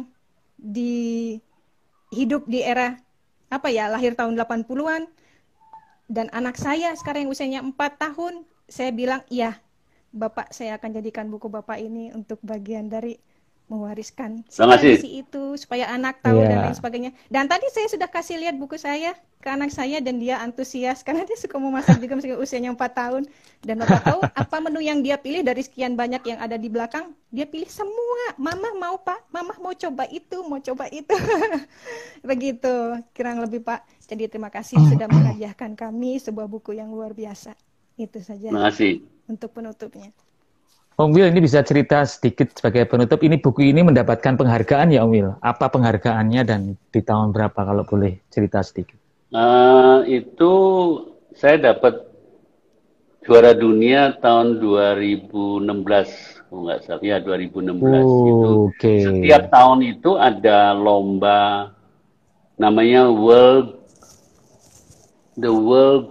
hidup di era lahir tahun 80-an, dan anak saya sekarang yang usianya 4 tahun, saya bilang, iya, Bapak, saya akan jadikan buku Bapak ini untuk bagian dari mewariskan terima kasih. tradisi itu supaya anak tahu dan lain Iya. sebagainya. Dan tadi saya sudah kasih lihat buku saya ke anak saya dan dia antusias karena dia suka memasak juga meskipun usianya 4 tahun. Dan Bapak tahu apa menu yang dia pilih dari sekian banyak yang ada di belakang? Dia pilih semua. Mama mau Pak, Mama mau coba itu, mau coba itu. Begitu kurang lebih Pak. Jadi terima kasih sudah menghadiahkan kami sebuah buku yang luar biasa. Itu saja Terima kasih. untuk penutupnya. Om Will, ini bisa cerita sedikit sebagai penutup. Ini buku ini mendapatkan penghargaan ya Om Will? Apa penghargaannya dan di tahun berapa kalau boleh cerita sedikit? Itu saya dapat juara dunia tahun 2016, kalau nggak salah. Ya, 2016 itu. Oke. Setiap tahun itu ada lomba namanya The World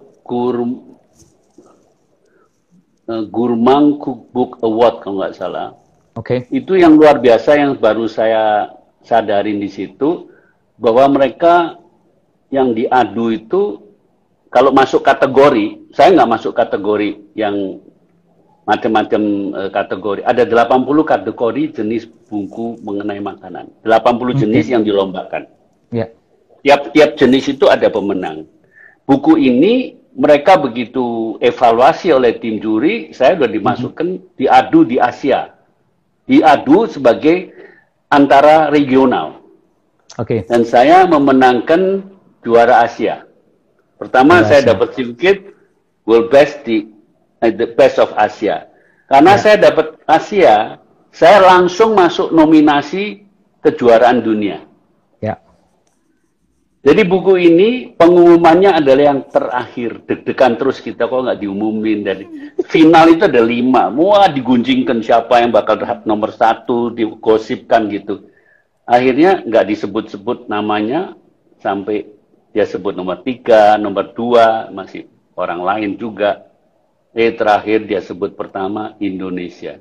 Gurmang Cookbook Award kalau nggak salah. Oke. Itu yang luar biasa yang baru saya sadarin di situ, bahwa mereka yang diadu itu kalau masuk kategori, saya nggak masuk kategori yang macam-macam kategori. Ada 80 kategori jenis buku mengenai makanan. 80 jenis yang dilombakan. Ya. Tiap-tiap jenis itu ada pemenang. Buku ini mereka begitu evaluasi oleh tim juri, saya sudah dimasukkan diadu di Asia. Diadu sebagai antara regional. Oke. Dan saya memenangkan juara Asia. Pertama Juara saya Asia. dapat sedikit World Best the Best of Asia. Karena Ya. saya dapat Asia, saya langsung masuk nominasi kejuaraan dunia. Ya. Jadi buku ini pengumumannya adalah yang terakhir. Deg-degan terus kita kok nggak diumumin. Dan final itu ada 5. Wah, digunjingkan siapa yang bakal nomor 1, digosipkan gitu. Akhirnya nggak disebut-sebut namanya sampai dia sebut nomor 3, nomor 2, masih orang lain juga. Terakhir dia sebut pertama Indonesia.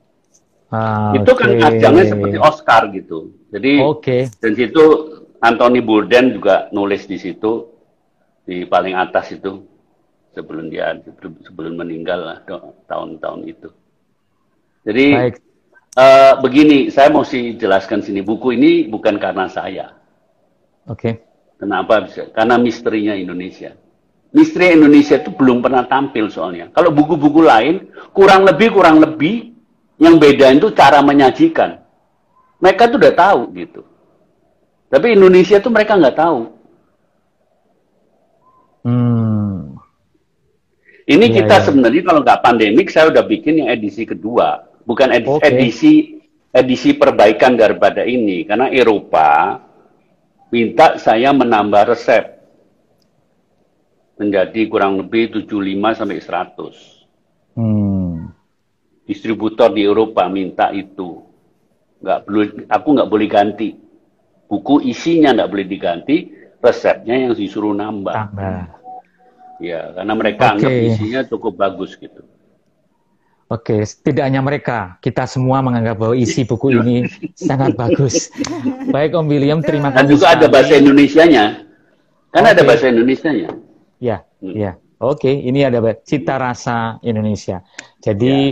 Itu kan Oke. ajangnya seperti Oscar gitu. Jadi Oke. dan situ Anthony Bourdain juga nulis di situ di paling atas itu sebelum meninggal lah tahun-tahun itu. Jadi Baik. begini, saya mesti jelaskan sini, buku ini bukan karena saya. Oke. Kenapa bisa? Karena misterinya Indonesia. Misteri Indonesia itu belum pernah tampil soalnya. Kalau buku-buku lain kurang lebih yang beda itu cara menyajikan. Mereka tuh udah tahu gitu. Tapi Indonesia tuh mereka nggak tahu. Ini Iya, kita iya. sebenarnya kalau nggak pandemik, saya udah bikin yang edisi kedua. bukan Oke. edisi perbaikan daripada ini. Karena Eropa minta saya menambah resep menjadi kurang lebih 75 sampai 100. Distributor di Eropa minta itu. Aku nggak boleh ganti. Buku isinya nggak boleh diganti, resepnya yang disuruh nambah. Tambah. Ya, karena mereka anggap isinya cukup bagus gitu. Oke, tidak hanya mereka, kita semua menganggap bahwa isi buku ini sangat bagus. Baik Om William, terima Dan kasih juga ada sekali. bahasa Indonesianya. Kan ada Oke. bahasa Indonesianya. Ya, ya. Oke, ini ada cita rasa Indonesia. Jadi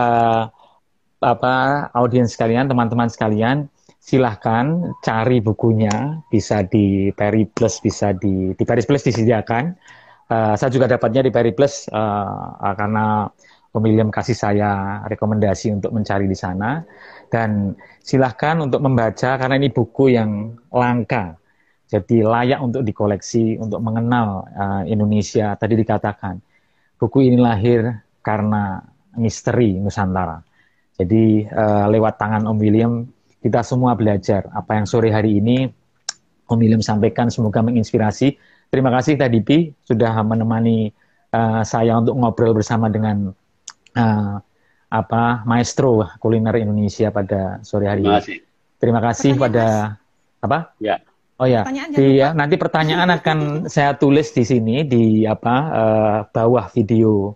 audiens sekalian, teman-teman sekalian, silahkan cari bukunya, bisa di Periplus, bisa di Periplus disediakan. Saya juga dapatnya di Periplus karena Om William kasih saya rekomendasi untuk mencari di sana. Dan silahkan untuk membaca karena ini buku yang langka. Jadi layak untuk dikoleksi, untuk mengenal Indonesia. Tadi dikatakan, buku ini lahir karena misteri Nusantara. Jadi lewat tangan Om William, kita semua belajar. Apa yang sore hari ini Om William sampaikan semoga menginspirasi. Terima kasih tadi Pi sudah menemani saya untuk ngobrol bersama dengan maestro kuliner Indonesia pada sore hari ini. Terima kasih pada apa? Ya. Oh ya, nanti pertanyaan akan saya tulis di sini di bawah video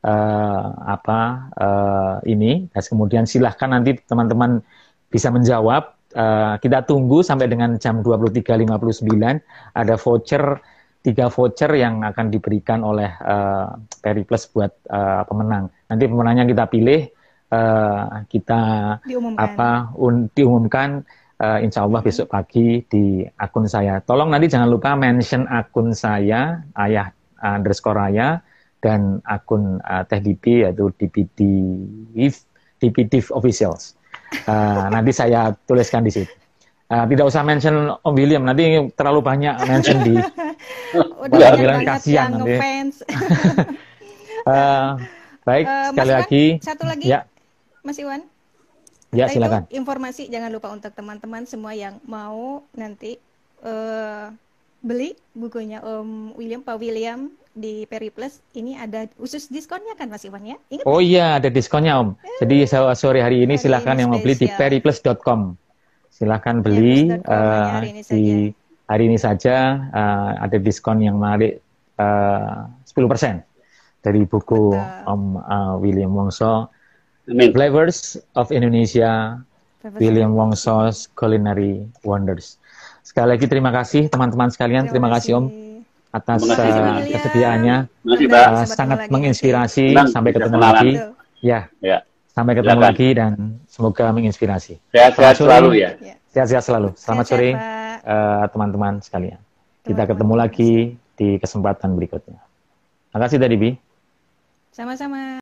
ini. Dan kemudian silahkan nanti teman-teman bisa menjawab. Kita tunggu sampai dengan jam 23.59 ada voucher 3 voucher yang akan diberikan oleh Periplus buat pemenang. Nanti pemenangnya kita pilih, kita diumumkan insya Allah besok pagi di akun saya. Tolong nanti jangan lupa mention akun saya, ayah_raya, dan akun Teh Dipi yaitu DPD Officials. Nanti saya tuliskan di situ. Tidak usah mention Om William, nanti terlalu banyak mention di udah bilang kasihan nanti. Baik, sekali lagi. Satu lagi, ya. Mas Iwan. Ya, silakan. Informasi jangan lupa untuk teman-teman semua yang mau nanti beli bukunya Om William, Pak William di Periplus. Ini ada khusus diskonnya kan Mas Iwan ya? Ingat oh iya, ada diskonnya Om. Jadi sore hari ini silakan yang mau beli di periplus.com. Silakan beli di hari ini saja ada diskon yang menarik 10% dari buku Om William Wongso, Flavors of Indonesia, William Wongso's Culinary Wonders. Sekali lagi terima kasih teman-teman sekalian, terima kasih Om atas kesediaannya, sangat menginspirasi. Sampai ketemu lagi. Ya. Sampai ketemu lagi dan semoga menginspirasi. Sehat-sehat selalu ya. Sehat-sehat selalu. Selamat sore teman-teman sekalian. Kita ketemu lagi di kesempatan berikutnya. Terima kasih tadi Bi. Sama-sama.